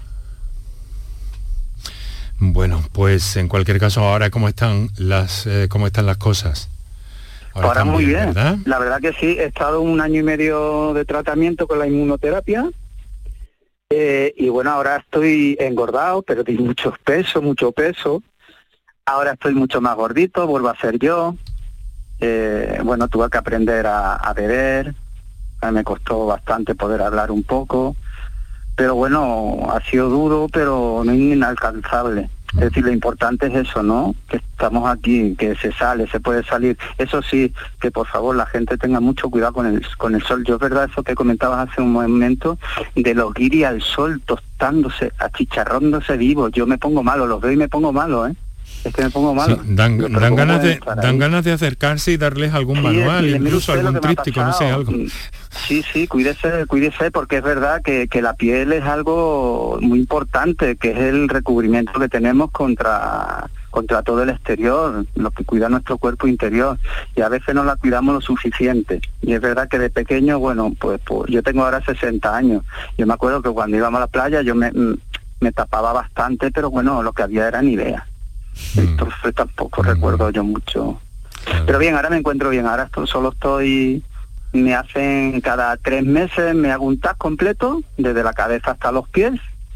Speaker 10: Bueno, pues en cualquier caso, ahora cómo están las, eh, cómo están las cosas.
Speaker 19: Ahora, Ahora muy bien, bien. ¿Verdad? La verdad que sí, he estado un año y medio de tratamiento con la inmunoterapia eh, y bueno, ahora estoy engordado, pero tengo mucho peso, mucho peso. Ahora estoy mucho más gordito, vuelvo a ser yo. Eh, bueno, tuve que aprender a, a beber, a me costó bastante poder hablar un poco, pero bueno, ha sido duro, pero no inalcanzable. Es decir, lo importante es eso, ¿no? Que estamos aquí, que se sale, se puede salir. Eso sí, que por favor la gente tenga mucho cuidado con el con el sol. Yo es verdad eso que comentabas hace un momento, de los guiris al sol tostándose, achicharrándose vivos. Yo me pongo malo, los veo y me pongo malo, ¿eh? Es que me pongo malo.
Speaker 10: Sí, dan dan ganas de dan ganas de acercarse y darles algún sí, manual, sí, incluso algún tríptico, no sé, algo.
Speaker 19: Sí, sí, cuídese, cuídese, porque es verdad que, que la piel es algo muy importante, que es el recubrimiento que tenemos contra contra todo el exterior, lo que cuida nuestro cuerpo interior, y a veces no la cuidamos lo suficiente. Y es verdad que de pequeño, bueno, pues, pues yo tengo ahora sesenta años. Yo me acuerdo que cuando íbamos a la playa yo me, me tapaba bastante, pero bueno, lo que había era Nivea. Entonces tampoco mm. recuerdo yo mucho Claro. Pero bien, ahora me encuentro bien, ahora esto, solo estoy, me hacen cada tres meses, me hago un T A C completo, desde la cabeza hasta los pies,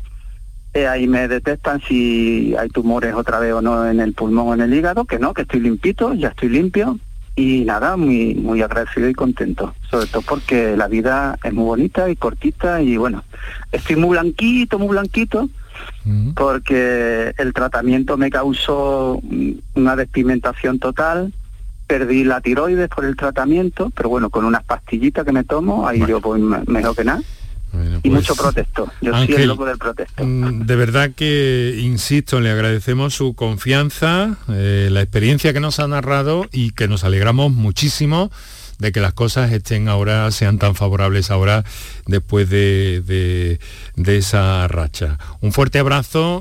Speaker 19: eh, ahí me detectan si hay tumores otra vez o no en el pulmón o en el hígado, que no, que estoy limpito, ya estoy limpio, y nada, muy muy agradecido y contento, sobre todo porque la vida es muy bonita y cortita, y bueno, estoy muy blanquito, muy blanquito, mm. porque el tratamiento me causó una despigmentación total, perdí la tiroides por el tratamiento, pero bueno, con unas pastillitas que me tomo, ahí bueno. yo voy mejor que nada. Bueno, y pues, mucho protesto, yo Ángel, soy el loco del protesto.
Speaker 10: De verdad que, insisto, le agradecemos su confianza, eh, la experiencia que nos ha narrado y que nos alegramos muchísimo de que las cosas estén ahora, sean tan favorables ahora después de, de, de esa racha. Un fuerte abrazo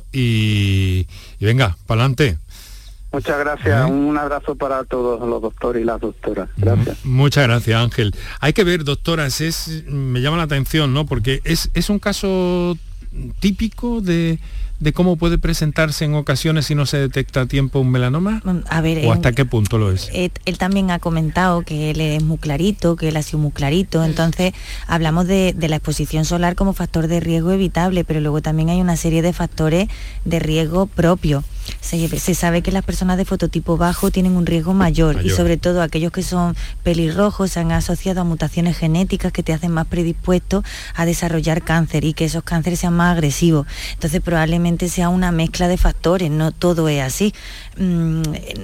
Speaker 10: y, y venga, para adelante.
Speaker 19: Muchas gracias, ¿Eh? Un abrazo para todos los doctores y las doctoras. Gracias.
Speaker 10: Muchas gracias, Ángel. Hay que ver, doctoras, es, me llama la atención, ¿no? Porque es, es un caso típico de, de cómo puede presentarse en ocasiones si no se detecta a tiempo un melanoma.
Speaker 13: A ver,
Speaker 10: ¿O hasta en, qué punto lo es?
Speaker 13: Él, él también ha comentado que él es muy clarito, que él ha sido muy clarito, entonces hablamos de, de la exposición solar como factor de riesgo evitable, pero luego también hay una serie de factores de riesgo propio. Se, se sabe que las personas de fototipo bajo tienen un riesgo mayor, mayor y sobre todo aquellos que son pelirrojos se han asociado a mutaciones genéticas que te hacen más predispuestos a desarrollar cáncer y que esos cánceres sean más agresivos. Entonces probablemente sea una mezcla de factores, no todo es así. Mm,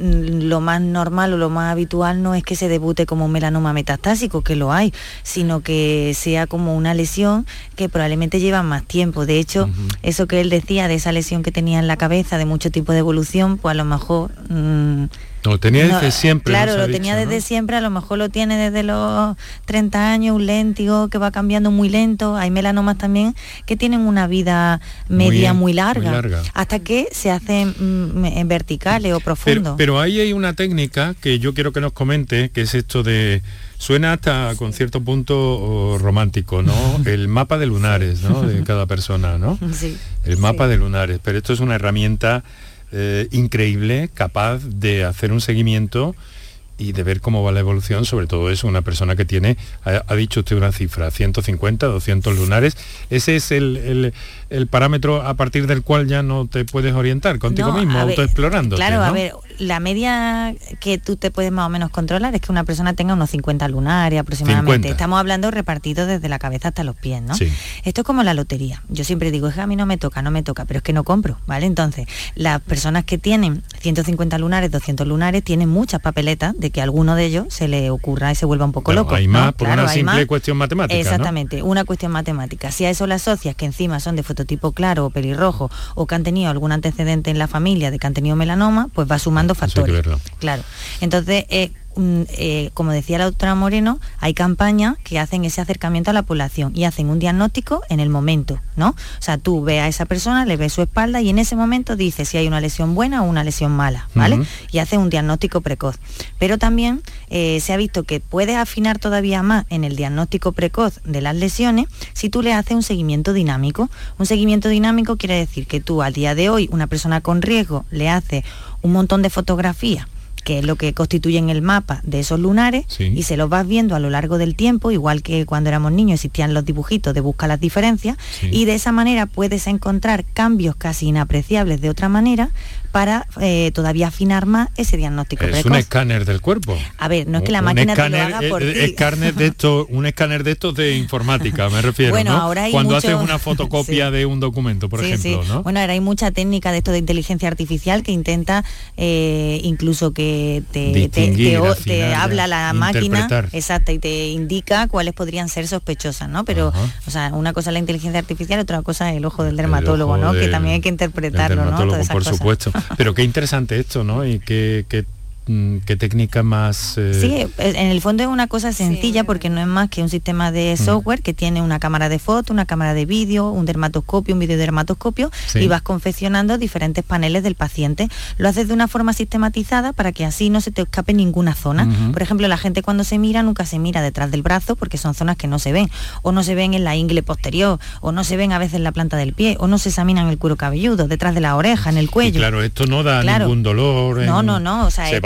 Speaker 13: lo más normal o lo más habitual no es que se debute como un melanoma metastásico, que lo hay, sino que sea como una lesión que probablemente lleva más tiempo. De hecho, uh-huh. eso que él decía de esa lesión que tenía en la cabeza, de mucho tipo de evolución, pues a lo mejor... Mmm,
Speaker 10: lo tenía desde no, siempre.
Speaker 13: Claro, lo
Speaker 10: dicho,
Speaker 13: tenía
Speaker 10: ¿no?
Speaker 13: desde siempre, a lo mejor lo tiene desde los treinta años, un léntigo que va cambiando muy lento. Hay melanomas también que tienen una vida media muy, muy, larga, muy larga, hasta que se hacen mm, en verticales o profundos.
Speaker 10: Pero, pero ahí hay una técnica que yo quiero que nos comente, que es esto de... Suena hasta con cierto punto oh, romántico, ¿no? El mapa de lunares, ¿no? De cada persona, ¿no?
Speaker 13: Sí.
Speaker 10: El mapa
Speaker 13: sí.
Speaker 10: de lunares. Pero esto es una herramienta eh, increíble, capaz de hacer un seguimiento y de ver cómo va la evolución, sobre todo eso, una persona que tiene, ha, ha dicho usted una cifra, ciento cincuenta, doscientos lunares, ese es el, el, el parámetro a partir del cual ya no te puedes orientar contigo
Speaker 13: no,
Speaker 10: mismo, autoexplorándote.
Speaker 13: Claro,
Speaker 10: ¿no?
Speaker 13: A ver, la media que tú te puedes más o menos controlar es que una persona tenga unos cincuenta lunares aproximadamente. cincuenta. Estamos hablando repartidos desde la cabeza hasta los pies, ¿no?
Speaker 10: Sí.
Speaker 13: Esto es como la lotería. Yo siempre digo, es que a mí no me toca, no me toca, pero es que no compro, ¿vale? Entonces, las personas que tienen ciento cincuenta lunares, doscientos lunares, tienen muchas papeletas de que alguno de ellos se le ocurra y se vuelva un poco
Speaker 10: claro,
Speaker 13: loco.
Speaker 10: Hay más
Speaker 13: ¿no?
Speaker 10: por
Speaker 13: claro,
Speaker 10: una simple
Speaker 13: más,
Speaker 10: cuestión matemática.
Speaker 13: Exactamente,
Speaker 10: ¿no?
Speaker 13: Una cuestión matemática. Si a eso le asocias que encima son de fototipo claro o pelirrojo o que han tenido algún antecedente en la familia de que han tenido melanoma, pues va sumando factores.
Speaker 10: Hay que verlo.
Speaker 13: Claro. Entonces, eh, Eh, como decía la doctora Moreno, hay campañas que hacen ese acercamiento a la población y hacen un diagnóstico en el momento, ¿no? O sea, tú ves a esa persona, le ves su espalda y en ese momento dices si hay una lesión buena o una lesión mala, ¿vale? Uh-huh. Y hacen un diagnóstico precoz. Pero también eh, se ha visto que puedes afinar todavía más en el diagnóstico precoz de las lesiones si tú le haces un seguimiento dinámico. Un seguimiento dinámico quiere decir que tú al día de hoy, una persona con riesgo, le haces un montón de fotografías que es lo que constituyen el mapa de esos lunares, sí. y se los vas viendo a lo largo del tiempo, igual que cuando éramos niños existían los dibujitos de busca las diferencias, sí. y de esa manera puedes encontrar cambios casi inapreciables de otra manera para eh, todavía afinar más ese diagnóstico
Speaker 10: es
Speaker 13: precoz.
Speaker 10: Es un escáner del cuerpo.
Speaker 13: A ver, no es que la un máquina escáner, te lo haga por
Speaker 10: eh,
Speaker 13: ti.
Speaker 10: Escáner de esto, un escáner de estos de informática, me refiero,
Speaker 13: bueno,
Speaker 10: ¿no?
Speaker 13: Ahora hay
Speaker 10: Cuando
Speaker 13: mucho...
Speaker 10: haces una fotocopia sí. de un documento, por
Speaker 13: sí,
Speaker 10: ejemplo,
Speaker 13: sí.
Speaker 10: ¿no?
Speaker 13: Bueno, ahora hay mucha técnica de esto de inteligencia artificial que intenta eh, incluso que te, te, te, afinar, te habla la máquina, exacto, y te indica cuáles podrían ser sospechosas, ¿no? Pero, Ajá. o sea, una cosa es la inteligencia artificial, otra cosa es el ojo del dermatólogo, ojo ¿no? Del, que también hay que interpretarlo, ¿no? Todas esas
Speaker 10: por
Speaker 13: cosas.
Speaker 10: supuesto. Pero qué interesante esto, ¿no? Y qué, qué, qué técnica más... Eh...
Speaker 13: Sí, en el fondo es una cosa sencilla sí. porque no es más que un sistema de software mm. que tiene una cámara de foto, una cámara de vídeo, un dermatoscopio, un videodermatoscopio sí. y vas confeccionando diferentes paneles del paciente. Lo haces de una forma sistematizada para que así no se te escape ninguna zona. Uh-huh. Por ejemplo, la gente cuando se mira nunca se mira detrás del brazo porque son zonas que no se ven, o no se ven en la ingle posterior, o no se ven a veces en la planta del pie, o no se examinan el cuero cabelludo, detrás de la oreja, en el cuello.
Speaker 10: Y claro, esto no da claro. ningún dolor. En...
Speaker 13: No, no, no, o sea,
Speaker 10: se
Speaker 13: es
Speaker 10: va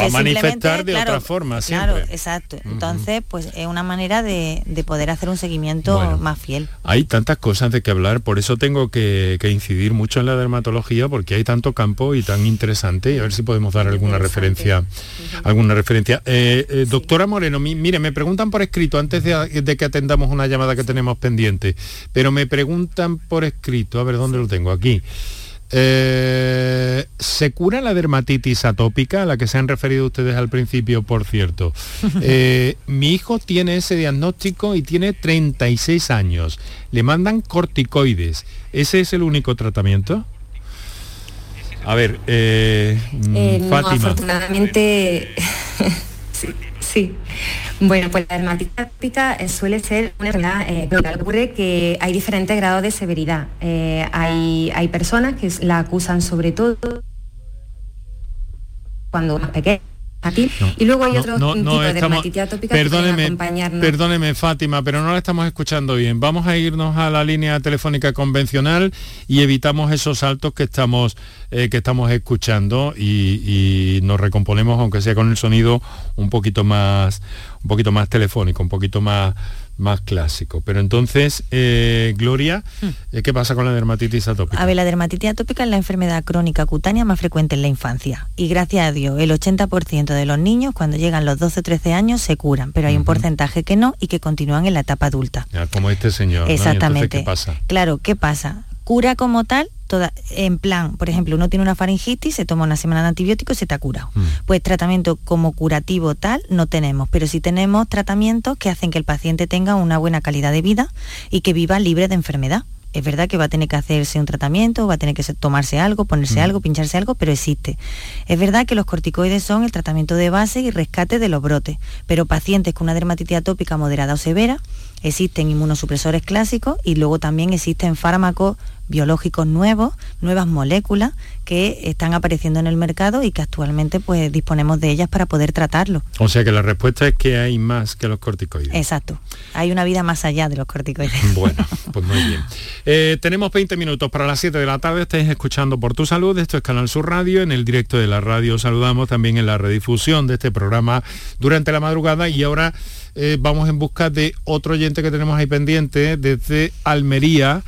Speaker 10: a manifestar de claro, otra forma siempre.
Speaker 13: Claro, exacto. Uh-huh. Entonces, pues es una manera de, de poder hacer un seguimiento bueno, más fiel.
Speaker 10: Hay tantas cosas de que hablar, por eso tengo que, que incidir mucho en la dermatología, porque hay tanto campo y tan interesante, y a ver si podemos dar alguna referencia. Uh-huh. Alguna referencia. Eh, eh, doctora sí. Moreno, mi, mire, me preguntan por escrito, antes de, de que atendamos una llamada que tenemos pendiente, pero me preguntan por escrito, a ver dónde lo tengo, aquí. Eh, ¿Se cura la dermatitis atópica, a la que se han referido ustedes al principio, por cierto? Eh, mi hijo tiene ese diagnóstico y tiene treinta y seis años. Le mandan corticoides. ¿Ese es el único tratamiento? A ver, eh,
Speaker 12: eh,
Speaker 10: Fátima.
Speaker 12: No, afortunadamente... sí, sí. Bueno, pues la dermatitis atópica suele ser una enfermedad eh, pero ocurre que hay diferentes grados de severidad. Eh, hay, hay personas que la acusan sobre todo cuando más pequeña. Aquí. No, y luego hay no, otro no, tipo no, de estamos, dermatitis atópica
Speaker 10: perdóneme,
Speaker 12: que acompañarnos.
Speaker 10: Perdóneme, Fátima, pero no la estamos escuchando bien. Vamos a irnos a la línea telefónica convencional y evitamos esos saltos que estamos eh, que estamos escuchando y, y nos recomponemos, aunque sea con el sonido un poquito más un poquito más telefónico, un poquito más más clásico. Pero entonces, eh, Gloria, hmm. ¿qué pasa con la dermatitis atópica?
Speaker 13: A ver, la dermatitis atópica es la enfermedad crónica cutánea más frecuente en la infancia. Y gracias a Dios, el ochenta por ciento de los niños, cuando llegan los doce o trece años, se curan. Pero hay uh-huh. un porcentaje que no y que continúan en la etapa adulta.
Speaker 10: Ya, como este señor,
Speaker 13: exactamente.
Speaker 10: ¿no? ¿Y entonces qué pasa?
Speaker 13: Claro, ¿qué pasa? Cura como tal, toda, en plan, por ejemplo, uno tiene una faringitis, se toma una semana de antibióticos y se te ha curado. Mm. Pues tratamiento como curativo tal no tenemos, pero sí tenemos tratamientos que hacen que el paciente tenga una buena calidad de vida y que viva libre de enfermedad. Es verdad que va a tener que hacerse un tratamiento, va a tener que tomarse algo, ponerse mm. algo, pincharse algo, pero existe. Es verdad que los corticoides son el tratamiento de base y rescate de los brotes, pero pacientes con una dermatitis atópica moderada o severa, existen inmunosupresores clásicos y luego también existen fármacos biológicos nuevos, nuevas moléculas que están apareciendo en el mercado y que actualmente pues disponemos de ellas para poder tratarlo.
Speaker 10: O sea que la respuesta es que hay más que los corticoides.
Speaker 13: Exacto, hay una vida más allá de los corticoides.
Speaker 10: Bueno, pues muy bien. Eh, tenemos veinte minutos para las siete de la tarde, estáis escuchando Por Tu Salud, esto es Canal Sur Radio, en el directo de la radio saludamos, también en la redifusión de este programa durante la madrugada y ahora eh, vamos en busca de otro oyente que tenemos ahí pendiente desde Almería.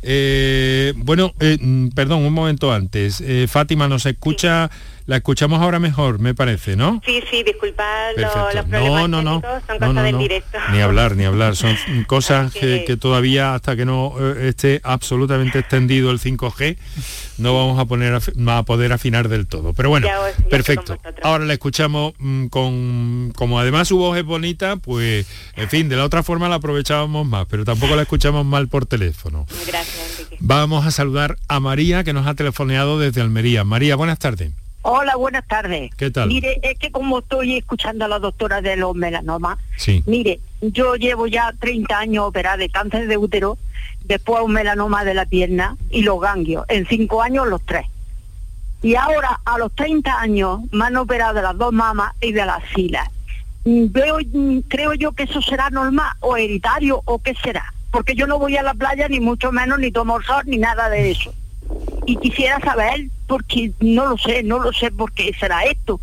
Speaker 10: Eh, bueno, eh, perdón, un momento antes. Eh, Fátima, ¿nos escucha? Sí. La escuchamos ahora mejor, me parece, ¿no?
Speaker 20: Sí, sí, disculpad lo, los problemas
Speaker 10: no, no, no,
Speaker 20: técnicos, son
Speaker 10: no,
Speaker 20: cosas
Speaker 10: no,
Speaker 20: del
Speaker 10: no.
Speaker 20: directo.
Speaker 10: Ni hablar, ni hablar, son cosas que,
Speaker 20: que,
Speaker 10: que todavía hasta que no eh, esté absolutamente extendido el cinco G no vamos a, poner a, a poder afinar del todo. Pero bueno, ya os, ya perfecto. Ahora la escuchamos mmm, con... Como además su voz es bonita, pues, en fin, de la otra forma la aprovechábamos más, pero tampoco la escuchamos mal por teléfono.
Speaker 20: Gracias, Enrique.
Speaker 10: Vamos a saludar a María, que nos ha telefoneado desde Almería. María, buenas tardes.
Speaker 21: Hola, buenas tardes.
Speaker 10: ¿Qué tal?
Speaker 21: Mire, es que como estoy escuchando a la doctora de los melanomas,
Speaker 10: sí.
Speaker 21: Mire, yo llevo ya treinta años operada de cáncer de útero, después un melanoma de la pierna y los ganglios, en cinco años los tres. Y ahora, a los treinta años, me han operado de las dos mamas y de las axilas. Veo, creo yo que eso será normal, o hereditario, o qué será. Porque yo no voy a la playa, ni mucho menos, ni tomo sol, ni nada de eso. Y quisiera saber, porque no lo sé, no lo sé por qué será esto.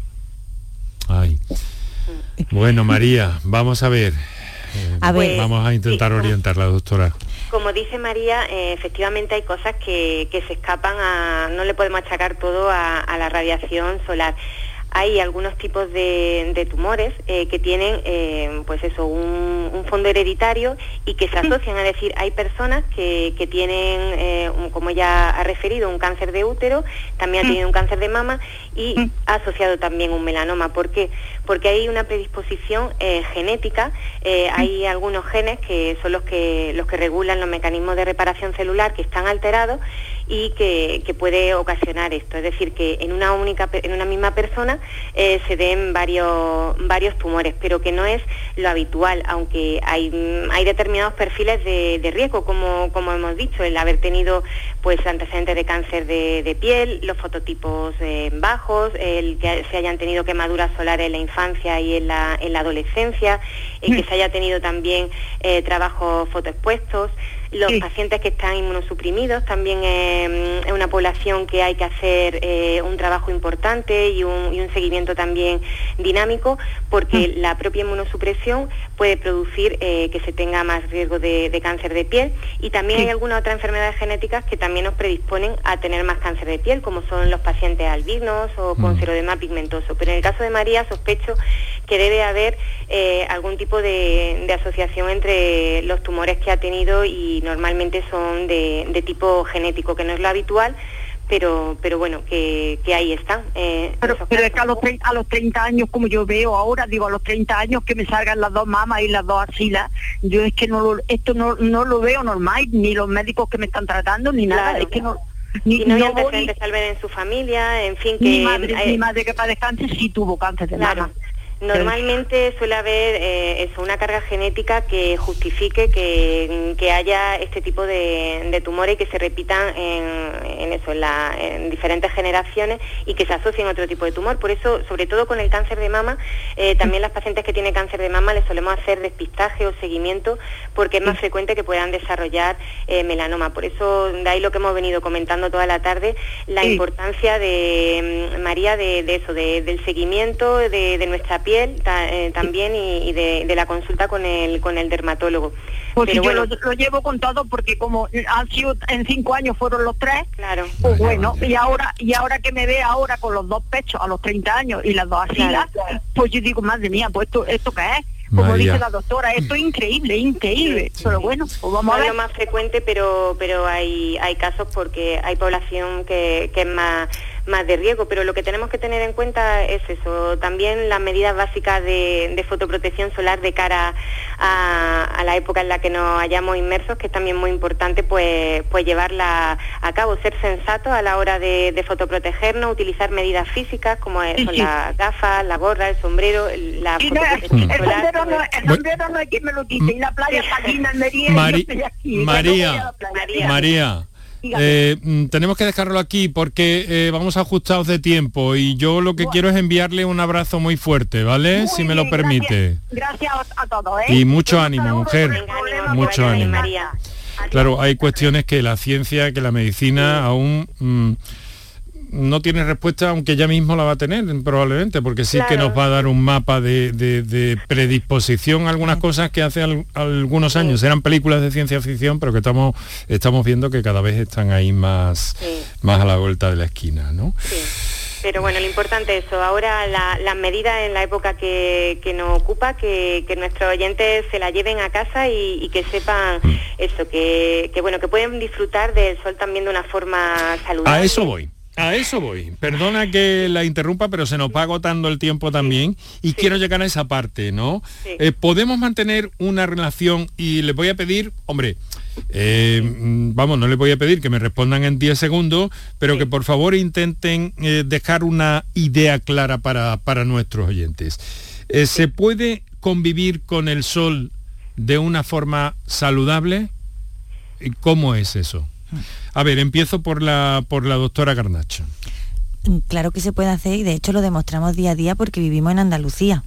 Speaker 10: Ay. Bueno, María, vamos a ver. Eh,
Speaker 13: a ver
Speaker 10: vamos a intentar sí, orientarla, doctora.
Speaker 20: Como dice María, eh, efectivamente hay cosas que, que se escapan a... No le podemos achacar todo a, a la radiación solar. Hay algunos tipos de, de tumores eh, que tienen, eh, pues eso, un, un fondo hereditario y que se asocian, es decir, hay personas que, que tienen, eh, un, como ella ha referido, un cáncer de útero, también ha tenido un cáncer de mama y ha asociado también un melanoma. ¿Por qué? Porque hay una predisposición eh, genética, eh, hay algunos genes que son los que, los que regulan los mecanismos de reparación celular que están alterados y que, que puede ocasionar esto, es decir, que en una única, en una misma persona eh, se den varios, varios tumores, pero que no es lo habitual, aunque hay, hay determinados perfiles de, de riesgo, como, como hemos dicho, el haber tenido pues antecedentes de cáncer de, de piel, los fototipos eh, bajos, el que se hayan tenido quemaduras solares en la infancia y en la, en la adolescencia, el que se haya tenido también eh, trabajos fotoexpuestos. Los
Speaker 21: Sí.
Speaker 20: pacientes que están inmunosuprimidos también eh, es una población que hay que hacer eh, un trabajo importante y un, y un seguimiento también dinámico, porque
Speaker 21: Mm.
Speaker 20: la propia inmunosupresión puede producir eh, que se tenga más riesgo de, de cáncer de piel, y también
Speaker 21: Sí.
Speaker 20: hay algunas otras enfermedades genéticas que también nos predisponen a tener más cáncer de piel, como son los pacientes albinos o con
Speaker 21: Mm.
Speaker 20: serodema pigmentoso. Pero en el caso de María sospecho que debe haber eh, algún tipo de, de asociación entre los tumores que ha tenido, y normalmente son de, de tipo genético, que no es lo habitual, pero pero bueno, que, que ahí están. Eh,
Speaker 21: Pero, pero es que a los, tre- a los treinta años, como yo veo ahora, digo, a los treinta años que me salgan las dos mamas y las dos axilas, yo es que no lo, esto no, no lo veo normal, ni los médicos que me están tratando, ni nada,
Speaker 20: Claro.
Speaker 21: es que no... Ni,
Speaker 20: y no hay
Speaker 21: no voy-
Speaker 20: antecedentes tal vez en su familia, en fin, que...
Speaker 21: mi madre,
Speaker 20: eh,
Speaker 21: mi madre que para descanse sí tuvo cáncer de
Speaker 20: Claro.
Speaker 21: mama.
Speaker 20: Normalmente suele haber eh, eso, una carga genética que justifique que, que haya este tipo de, de tumores y que se repitan en, en eso, en, la, en diferentes generaciones, y que se asocien a otro tipo de tumor. Por eso, sobre todo con el cáncer de mama, eh, también las pacientes que tienen cáncer de mama les solemos hacer despistaje o seguimiento, porque es más frecuente que puedan desarrollar eh, melanoma. Por eso, de ahí lo que hemos venido comentando toda la tarde, la
Speaker 21: Sí.
Speaker 20: importancia de, mm, María, de, de eso, de, del seguimiento de, de nuestra piel ta- eh, también, y, y de, de la consulta con el con el dermatólogo.
Speaker 21: Pues
Speaker 20: Pero
Speaker 21: yo
Speaker 20: bueno,
Speaker 21: lo, lo llevo con todo, porque como han sido en cinco años fueron los tres,
Speaker 20: claro.
Speaker 21: pues bueno, y ahora y ahora que me ve ahora con los dos pechos a los treinta años y las dos axilas, pues yo digo, madre mía, pues esto, ¿esto qué es? Como
Speaker 10: María.
Speaker 21: dice la doctora, esto es increíble, increíble. Pero bueno, pues vamos
Speaker 20: no
Speaker 21: a
Speaker 20: es
Speaker 21: ver.
Speaker 20: lo más frecuente, pero pero hay hay casos, porque hay población que, que es más más de riesgo. Pero lo que tenemos que tener en cuenta es eso, también las medidas básicas de, de fotoprotección solar de cara a, a la época en la que nos hayamos inmersos, que es también muy importante pues pues llevarla a cabo, ser sensatos a la hora de, de fotoprotegernos, utilizar medidas físicas como es-
Speaker 21: Sí,
Speaker 20: son
Speaker 21: sí.
Speaker 20: las gafas, la gorra, el sombrero, la
Speaker 21: Y no,
Speaker 20: fotoprotección
Speaker 21: el
Speaker 20: solar.
Speaker 21: sombrero no, el sombrero no hay quien me lo quite, y la playa Salina en Meriel,
Speaker 10: Mari-
Speaker 21: yo estoy aquí,
Speaker 10: María,
Speaker 21: yo no voy a la playa.
Speaker 10: María,
Speaker 21: Dígame.
Speaker 10: eh, mm, tenemos que dejarlo aquí porque eh, vamos ajustados de tiempo, y yo lo que quiero es enviarle un abrazo muy fuerte, ¿vale?
Speaker 21: Muy
Speaker 10: si me lo
Speaker 21: bien,
Speaker 10: permite.
Speaker 21: Gracias, gracias a, a todos, ¿eh?
Speaker 10: Y mucho
Speaker 21: Yo no
Speaker 10: ánimo,
Speaker 21: seguro
Speaker 10: mujer.
Speaker 21: con el problema que
Speaker 10: Mucho
Speaker 21: vaya a
Speaker 10: ánimo.
Speaker 21: María.
Speaker 10: Claro, hay cuestiones que la ciencia, que la medicina aún mm, no tiene respuesta, aunque ya mismo la va a tener probablemente, porque sí que
Speaker 20: Claro.
Speaker 10: nos va a dar un mapa de, de- de predisposición a algunas cosas que hace al- algunos años eran películas de ciencia ficción, pero que estamos estamos viendo que cada vez están ahí más,
Speaker 20: Sí.
Speaker 10: más a la vuelta de la esquina, ¿no?
Speaker 20: Pero bueno, lo importante es eso. Ahora la- las medidas en la época que, que nos ocupa, que, que nuestros oyentes se la lleven a casa y, y que sepan eso, que, que bueno, que pueden disfrutar del sol también de una forma saludable.
Speaker 10: A eso voy. A eso voy. Perdona que la interrumpa, pero se nos va agotando el tiempo también, y quiero llegar a esa parte, ¿no?
Speaker 20: Sí.
Speaker 10: Eh, podemos mantener una relación, y les voy a pedir, hombre, eh, mm, vamos, no les voy a pedir que me respondan en diez segundos, pero que por favor intenten eh, dejar una idea clara para, para nuestros oyentes. Eh, ¿Se puede convivir con el sol de una forma saludable? ¿Y cómo es eso? A ver, empiezo por la por la doctora Garnacho.
Speaker 13: Claro que se puede hacer, y de hecho lo demostramos día a día porque vivimos en Andalucía.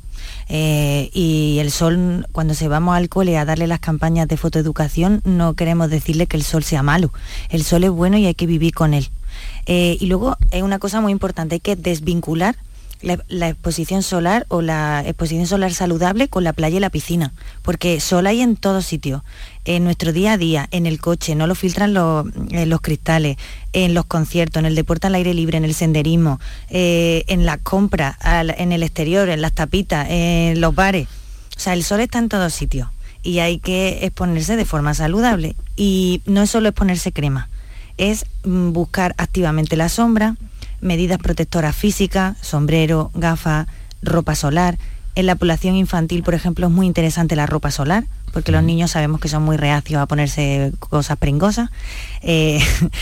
Speaker 13: Eh, y el sol, cuando se vamos al cole a darle las campañas de fotoeducación, no queremos decirle que el sol sea malo. El sol es bueno y hay que vivir con él. Eh, y luego es una cosa muy importante, hay que desvincular la, la exposición solar o la exposición solar saludable con la playa y la piscina, porque sol hay en todos sitios, en nuestro día a día, en el coche, no lo filtran los, eh, los cristales, en los conciertos, en el deporte al aire libre, en el senderismo, eh, en las compras, al, en el exterior, en las tapitas, en los bares. O sea, el sol está en todos sitios y hay que exponerse de forma saludable. Y no es solo exponerse crema, es mm, buscar activamente la sombra, medidas protectoras físicas, sombrero, gafas, ropa solar. En la población infantil, por ejemplo, es muy interesante la ropa solar, porque los niños sabemos que son muy reacios a ponerse cosas pringosas, eh,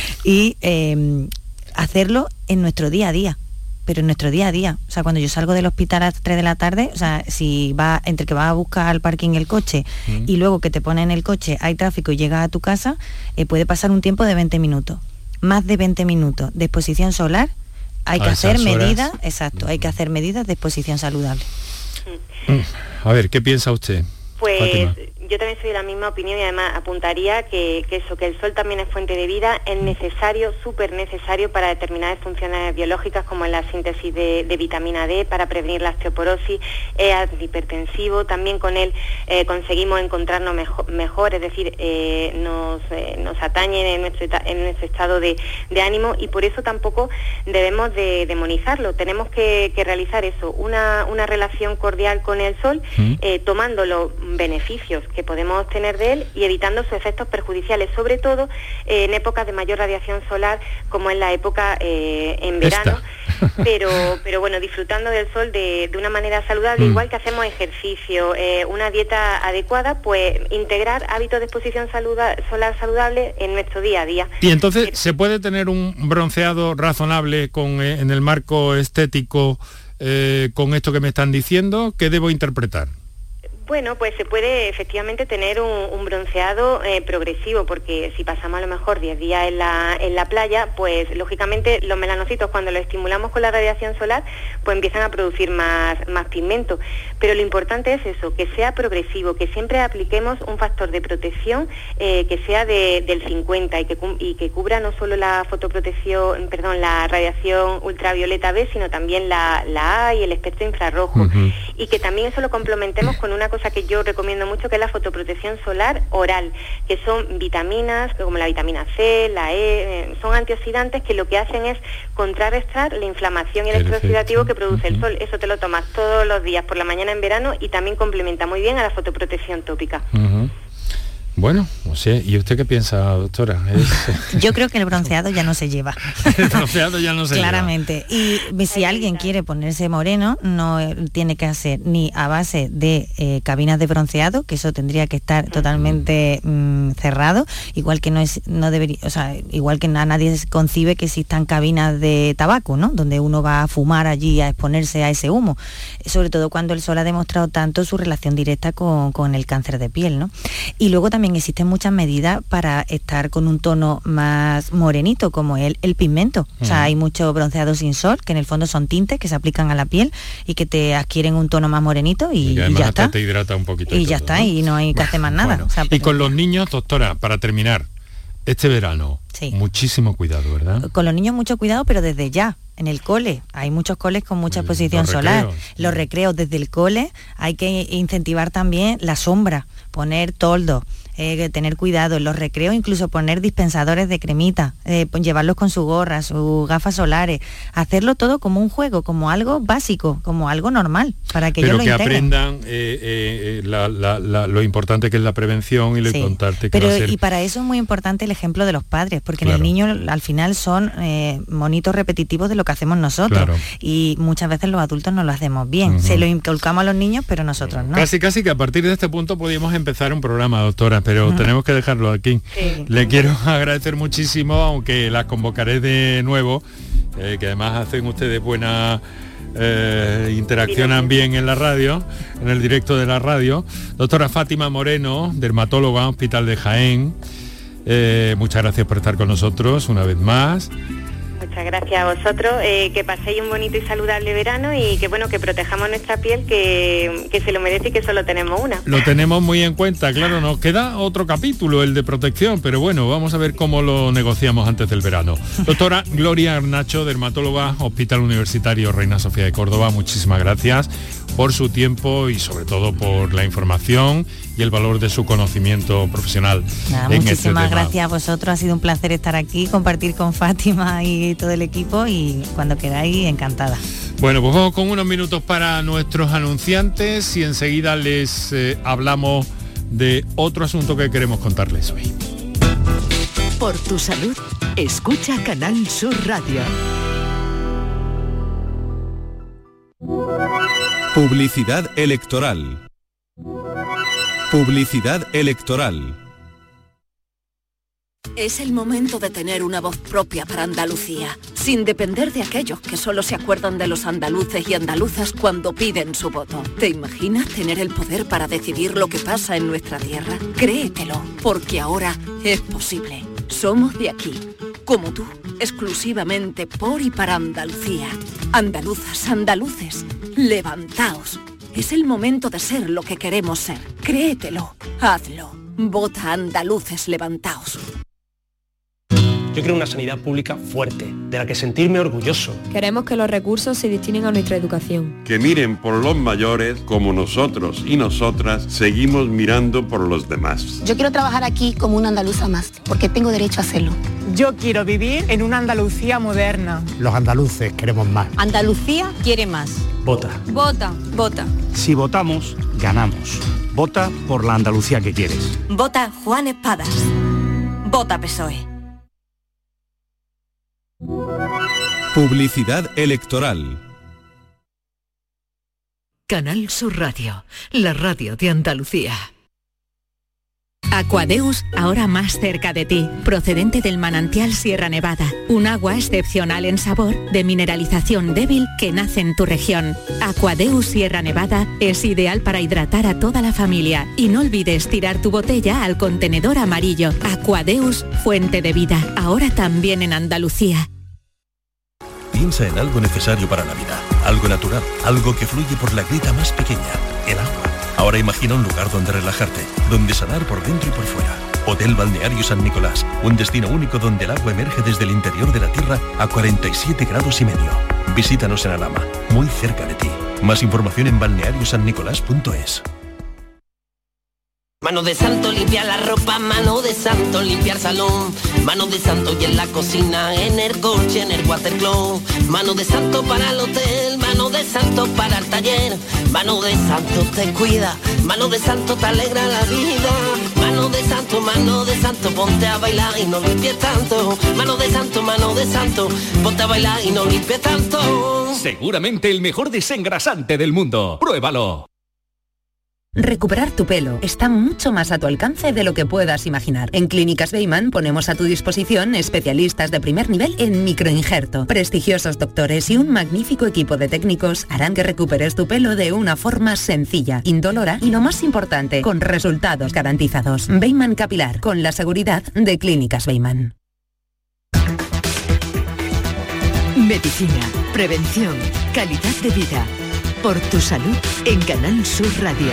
Speaker 13: y eh, hacerlo en nuestro día a día, pero en nuestro día a día. O sea, cuando yo salgo del hospital a las tres de la tarde, o sea, si va entre que vas a buscar al parking el coche mm. y luego que te ponen en el coche, hay tráfico y llegas a tu casa, eh, puede pasar un tiempo de veinte minutos. Más de veinte minutos de exposición solar, hay que hacer medidas, exacto, hay que hacer medidas de exposición saludable.
Speaker 10: A ver, ¿qué piensa usted?
Speaker 20: Pues
Speaker 10: Fátima.
Speaker 20: yo también soy de la misma opinión y además apuntaría que, que eso, que el sol también es fuente de vida, es necesario, súper necesario para determinadas funciones biológicas como en la síntesis de, de vitamina D, para prevenir la osteoporosis, es antihipertensivo, también con él eh, conseguimos encontrarnos mejor, mejor es decir, eh, nos, eh, nos atañe en nuestro, en nuestro estado de, de ánimo, y por eso tampoco debemos de demonizarlo. Tenemos que, que realizar eso, una, una relación cordial con el sol, ¿Mm? eh, tomando los beneficios que podemos tener de él y evitando sus efectos perjudiciales, sobre todo eh, en épocas de mayor radiación solar, como en la época eh, en verano, pero pero bueno, disfrutando del sol de, de una manera saludable, mm. igual que hacemos ejercicio, eh, una dieta adecuada, pues integrar hábitos de exposición saluda, solar saludable en nuestro día a día.
Speaker 10: Y entonces, pero, ¿se puede tener un bronceado razonable con eh, en el marco estético eh, con esto que me están diciendo? ¿Qué debo interpretar?
Speaker 20: Bueno, pues se puede efectivamente tener un, un bronceado eh, progresivo, porque si pasamos a lo mejor diez días en la, en la playa, pues lógicamente los melanocitos, cuando los estimulamos con la radiación solar, pues empiezan a producir más, más pigmento. Pero lo importante es eso, que sea progresivo, que siempre apliquemos un factor de protección eh, que sea de, del cincuenta y que, y que cubra no solo la fotoprotección, perdón, la radiación ultravioleta B, sino también la, la A y el espectro infrarrojo. Uh-huh. Y que también eso lo complementemos con una cosa cosa que yo recomiendo mucho, que es la fotoprotección solar oral, que son vitaminas como la vitamina C, la E, son antioxidantes que lo que hacen es contrarrestar la inflamación y el estrés oxidativo que produce el sol. Eso te lo tomas todos los días por la mañana en verano y también complementa muy bien a la fotoprotección tópica.
Speaker 10: Uh-huh. Bueno, no sé, ¿y usted qué piensa, doctora? Es...
Speaker 13: Yo creo que el bronceado ya no se lleva.
Speaker 10: El bronceado ya no se
Speaker 13: Claramente.
Speaker 10: lleva.
Speaker 13: Claramente. Y si alguien quiere ponerse moreno, no tiene que hacer ni a base de eh, cabinas de bronceado, que eso tendría que estar totalmente mmm, cerrado, igual que no es, no debería, o sea, igual que a nadie concibe que existan cabinas de tabaco, ¿no? Donde uno va a fumar allí, a exponerse a ese humo. Sobre todo cuando el sol ha demostrado tanto su relación directa con, con el cáncer de piel, ¿no? Y luego también existen muchas medidas para estar con un tono más morenito, como el, el pigmento. Mm. O sea, hay mucho bronceado sin sol, que en el fondo son tintes que se aplican a la piel y que te adquieren un tono más morenito y,
Speaker 10: y,
Speaker 13: y ya está.
Speaker 10: Te hidrata un poquito.
Speaker 13: Y, y
Speaker 10: todo,
Speaker 13: ya está,
Speaker 10: ¿no?
Speaker 13: Y no hay que hacer más nada.
Speaker 10: Bueno,
Speaker 13: o sea,
Speaker 10: y con los niños, doctora, para terminar, este verano, sí. muchísimo cuidado, ¿verdad?
Speaker 13: Con los niños mucho cuidado, pero desde ya. En el cole, hay muchos coles con mucha exposición los solar. Recreos. Los recreos desde el cole, hay que incentivar también la sombra, poner toldo, eh, tener cuidado en los recreos, incluso poner dispensadores de cremita, eh, llevarlos con su gorra, sus gafas solares, hacerlo todo como un juego, como algo básico, como algo normal, para que
Speaker 10: pero
Speaker 13: ellos
Speaker 10: que
Speaker 13: lo integren.
Speaker 10: aprendan eh, eh, la, la, la, lo importante que es la prevención y lo sí. importante que
Speaker 13: pero,
Speaker 10: va a ser.
Speaker 13: Y para eso es muy importante el ejemplo de los padres, porque claro. en el niño al final son eh, monitos repetitivos de lo que hacemos nosotros, claro. y muchas veces los adultos no lo hacemos bien. Uh-huh. Se lo inculcamos a los niños, pero nosotros no.
Speaker 10: Casi casi que a partir de este punto podríamos empezar un programa, doctora, pero uh-huh. tenemos que dejarlo aquí. Sí. Le quiero agradecer muchísimo, aunque las convocaré de nuevo, eh, que además hacen ustedes buena eh, interaccionan bien en la radio, en el directo de la radio. Doctora Fátima Moreno, dermatóloga, Hospital de Jaén, eh, muchas gracias por estar con nosotros una vez más.
Speaker 20: Muchas gracias a vosotros, eh, que paséis un bonito y saludable verano y que bueno, que protejamos nuestra piel, que, que se lo merece y que solo tenemos una.
Speaker 10: Lo tenemos muy en cuenta, claro, nos queda otro capítulo, el de protección, pero bueno, vamos a ver cómo lo negociamos antes del verano. Doctora Gloria Arnacho, dermatóloga, Hospital Universitario Reina Sofía de Córdoba, muchísimas gracias por su tiempo y sobre todo por la información y el valor de su conocimiento profesional.
Speaker 13: Nada,
Speaker 10: en
Speaker 13: muchísimas
Speaker 10: este
Speaker 13: gracias a vosotros, ha sido un placer estar aquí, compartir con Fátima y todo el equipo y cuando queráis, encantada.
Speaker 10: Bueno, pues vamos con unos minutos para nuestros anunciantes y enseguida les eh, hablamos de otro asunto que queremos contarles hoy.
Speaker 9: Por tu salud, escucha Canal Sur Radio.
Speaker 14: Publicidad electoral. Publicidad electoral.
Speaker 4: Es el momento de tener una voz propia para Andalucía, sin depender de aquellos que solo se acuerdan de los andaluces y andaluzas cuando piden su voto. ¿Te imaginas tener el poder para decidir lo que pasa en nuestra tierra? Créetelo, porque ahora es posible. Somos de aquí, como tú, exclusivamente por y para Andalucía. Andaluzas, andaluces, levantaos. Es el momento de ser lo que queremos ser. Créetelo. Hazlo. Vota Andaluces Levantaos.
Speaker 3: Yo quiero una sanidad pública fuerte, de la que sentirme orgulloso.
Speaker 22: Queremos que los recursos se destinen a nuestra educación.
Speaker 23: Que miren por los mayores como nosotros y nosotras seguimos mirando por los demás.
Speaker 24: Yo quiero trabajar aquí como una andaluza más, porque tengo derecho a hacerlo.
Speaker 25: Yo quiero vivir en una Andalucía moderna.
Speaker 26: Los andaluces queremos más.
Speaker 22: Andalucía quiere más.
Speaker 3: Vota.
Speaker 22: Vota. Vota.
Speaker 26: Si votamos, ganamos. Vota por la Andalucía que quieres.
Speaker 27: Vota Juan Espadas. Vota P S O E.
Speaker 28: Publicidad electoral.
Speaker 9: Canal Sur Radio, la radio de Andalucía.
Speaker 29: Aquadeus, ahora más cerca de ti, procedente del manantial Sierra Nevada, un agua excepcional en sabor, de mineralización débil que nace en tu región. Aquadeus Sierra Nevada es ideal para hidratar a toda la familia y no olvides tirar tu botella al contenedor amarillo. Aquadeus, fuente de vida, ahora también en Andalucía.
Speaker 30: Piensa en algo necesario para la vida, algo natural, algo que fluye por la grieta más pequeña, el agua. Ahora imagina un lugar donde relajarte, donde sanar por dentro y por fuera. Hotel Balneario San Nicolás, un destino único donde el agua emerge desde el interior de la tierra a cuarenta y siete grados y medio. Visítanos en Alhama, muy cerca de ti. Más información en balneario san nicolás punto es.
Speaker 31: Mano de santo, limpiar la ropa, mano de santo, limpiar salón, mano de santo y en la cocina, en el coche, en el watercloak, mano de santo para el hotel, mano de santo para el taller, mano de santo te cuida, mano de santo te alegra la vida, mano de santo, mano de santo, ponte a bailar y no limpies tanto, mano de santo, mano de santo, ponte a bailar y no limpies tanto.
Speaker 32: Seguramente el mejor desengrasante del mundo, pruébalo.
Speaker 33: Recuperar tu pelo está mucho más a tu alcance de lo que puedas imaginar. En Clínicas Beiman ponemos a tu disposición especialistas de primer nivel en microinjerto. Prestigiosos doctores y un magnífico equipo de técnicos harán que recuperes tu pelo de una forma sencilla, indolora y, lo más importante, con resultados garantizados. Beiman Capilar, con la seguridad de Clínicas Beiman.
Speaker 9: Medicina, prevención, calidad de vida. Por tu salud en Canal Sur Radio.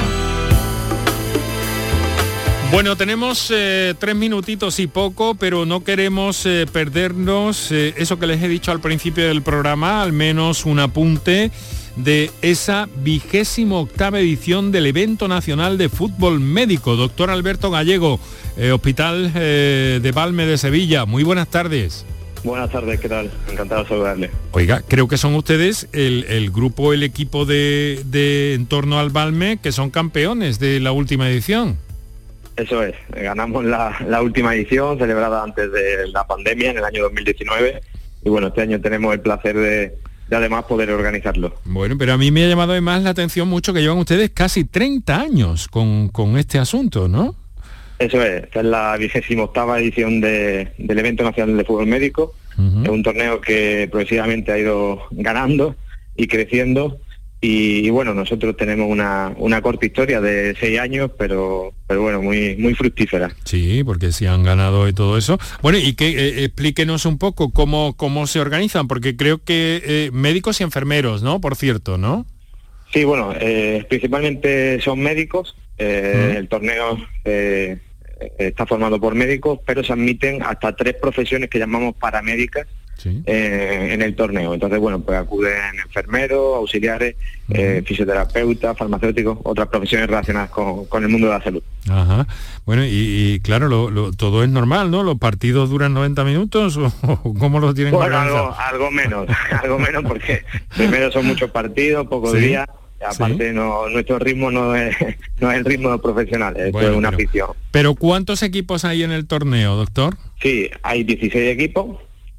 Speaker 10: Bueno, tenemos eh, tres minutitos y poco, pero no queremos eh, perdernos eh, eso que les he dicho al principio del programa, al menos un apunte de esa vigésima octava edición del Evento Nacional de Fútbol Médico. Doctor Alberto Gallego, eh, Hospital eh, de Valme de Sevilla. Muy buenas tardes.
Speaker 34: Buenas tardes, ¿qué tal? Encantado de saludarle.
Speaker 10: Oiga, creo que son ustedes el, el grupo, el equipo de, de en torno al Valme, que son campeones de la última edición.
Speaker 34: Eso es, ganamos la, la última edición, celebrada antes de la pandemia, en el año dos mil diecinueve, y bueno, este año tenemos el placer de, de además poder organizarlo.
Speaker 10: Bueno, pero a mí me ha llamado además la atención mucho que llevan ustedes casi treinta años con, con este asunto, ¿no?
Speaker 34: Eso es, esta es la vigésima octava edición de, del Evento Nacional de Fútbol Médico. Uh-huh. Es un torneo que progresivamente ha ido ganando y creciendo y, y bueno, nosotros tenemos una, una corta historia de seis años, pero pero bueno, muy muy fructífera.
Speaker 10: Sí, porque sí han ganado y todo eso. Bueno, y que eh, explíquenos un poco cómo, cómo se organizan, porque creo que eh, médicos y enfermeros, ¿no? Por cierto, ¿no?
Speaker 34: Sí, bueno, eh, principalmente son médicos. Eh, uh-huh. El torneo eh, está formado por médicos, pero se admiten hasta tres profesiones que llamamos paramédicas sí. eh, en el torneo. Entonces, bueno, pues acuden enfermeros, auxiliares, uh-huh. eh, fisioterapeutas, farmacéuticos, otras profesiones relacionadas con, con el mundo de la salud.
Speaker 10: Ajá. Bueno, y, y claro, lo, lo, todo es normal, ¿no? ¿Los partidos duran noventa minutos o, o cómo los tienen
Speaker 34: bueno,
Speaker 10: organizados?
Speaker 34: Algo, algo menos, algo menos porque primero son muchos partidos, pocos ¿Sí? días. Aparte, ¿Sí? no, nuestro ritmo no es, no es el ritmo de profesionales, esto bueno, es una
Speaker 10: pero,
Speaker 34: afición.
Speaker 10: Pero ¿cuántos equipos hay en el torneo, doctor?
Speaker 34: Sí, hay dieciséis equipos.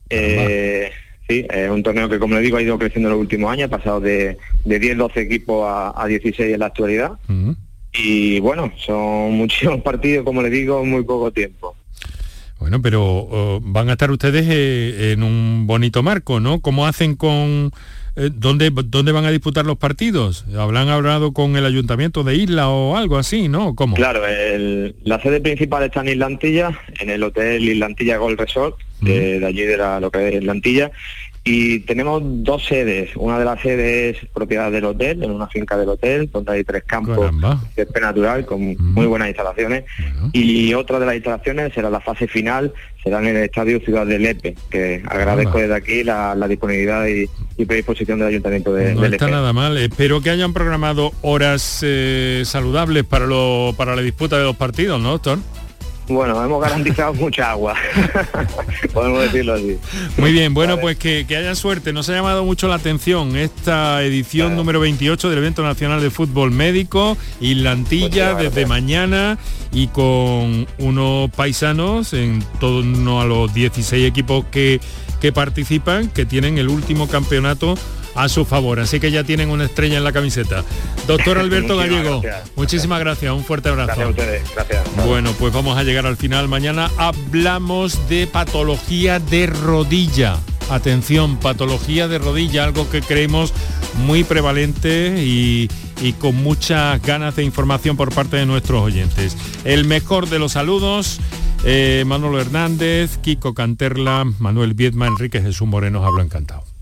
Speaker 34: Eh, sí, es un torneo que, como le digo, ha ido creciendo en los últimos años, ha pasado de, de diez, doce equipos a, a dieciséis en la actualidad. Uh-huh. Y bueno, son muchísimos partidos, como le digo, en muy poco tiempo.
Speaker 10: Bueno, pero uh, van a estar ustedes eh, en un bonito marco, ¿no? ¿Cómo hacen con...? Eh, ¿dónde, ¿Dónde van a disputar los partidos? ¿Habrán hablado con el ayuntamiento de Isla o algo así, no? ¿Cómo?
Speaker 34: Claro, el, la sede principal está en Isla Antilla, en el hotel Isla Antilla Gold Resort, uh-huh. de, de allí de la localidad de Isla Antilla, Y tenemos dos sedes. Una de las sedes es propiedad del hotel, en una finca del hotel, donde hay tres campos de césped natural con mm. muy buenas instalaciones. Bueno. Y otra de las instalaciones será la fase final, será en el Estadio Ciudad de Lepe, que agradezco desde aquí la, la disponibilidad y, y predisposición del Ayuntamiento de,
Speaker 10: no
Speaker 34: de
Speaker 10: Lepe. No está nada mal. Espero que hayan programado horas eh, saludables para, lo, para la disputa de los partidos, ¿no, doctor?
Speaker 34: Bueno, hemos garantizado mucha agua, podemos decirlo así.
Speaker 10: Muy bien, bueno, pues que, que haya suerte. Nos ha llamado mucho la atención esta edición claro. número veintiocho del Evento Nacional de Fútbol Médico, Islantilla, pues desde mañana, y con unos paisanos en torno a los dieciséis equipos que, que participan, que tienen el último campeonato a su favor, así que ya tienen una estrella en la camiseta. Doctor Alberto Gallego, gracias. muchísimas gracias, un fuerte abrazo.
Speaker 34: Gracias a ustedes, gracias.
Speaker 10: Bueno, pues vamos a llegar al final. Mañana hablamos de patología de rodilla. Atención, patología de rodilla, algo que creemos muy prevalente y, y con muchas ganas de información por parte de nuestros oyentes. El mejor de los saludos, eh, Manolo Hernández, Kiko Canterla, Manuel Viedma, Enrique Jesús Moreno, os hablo encantado.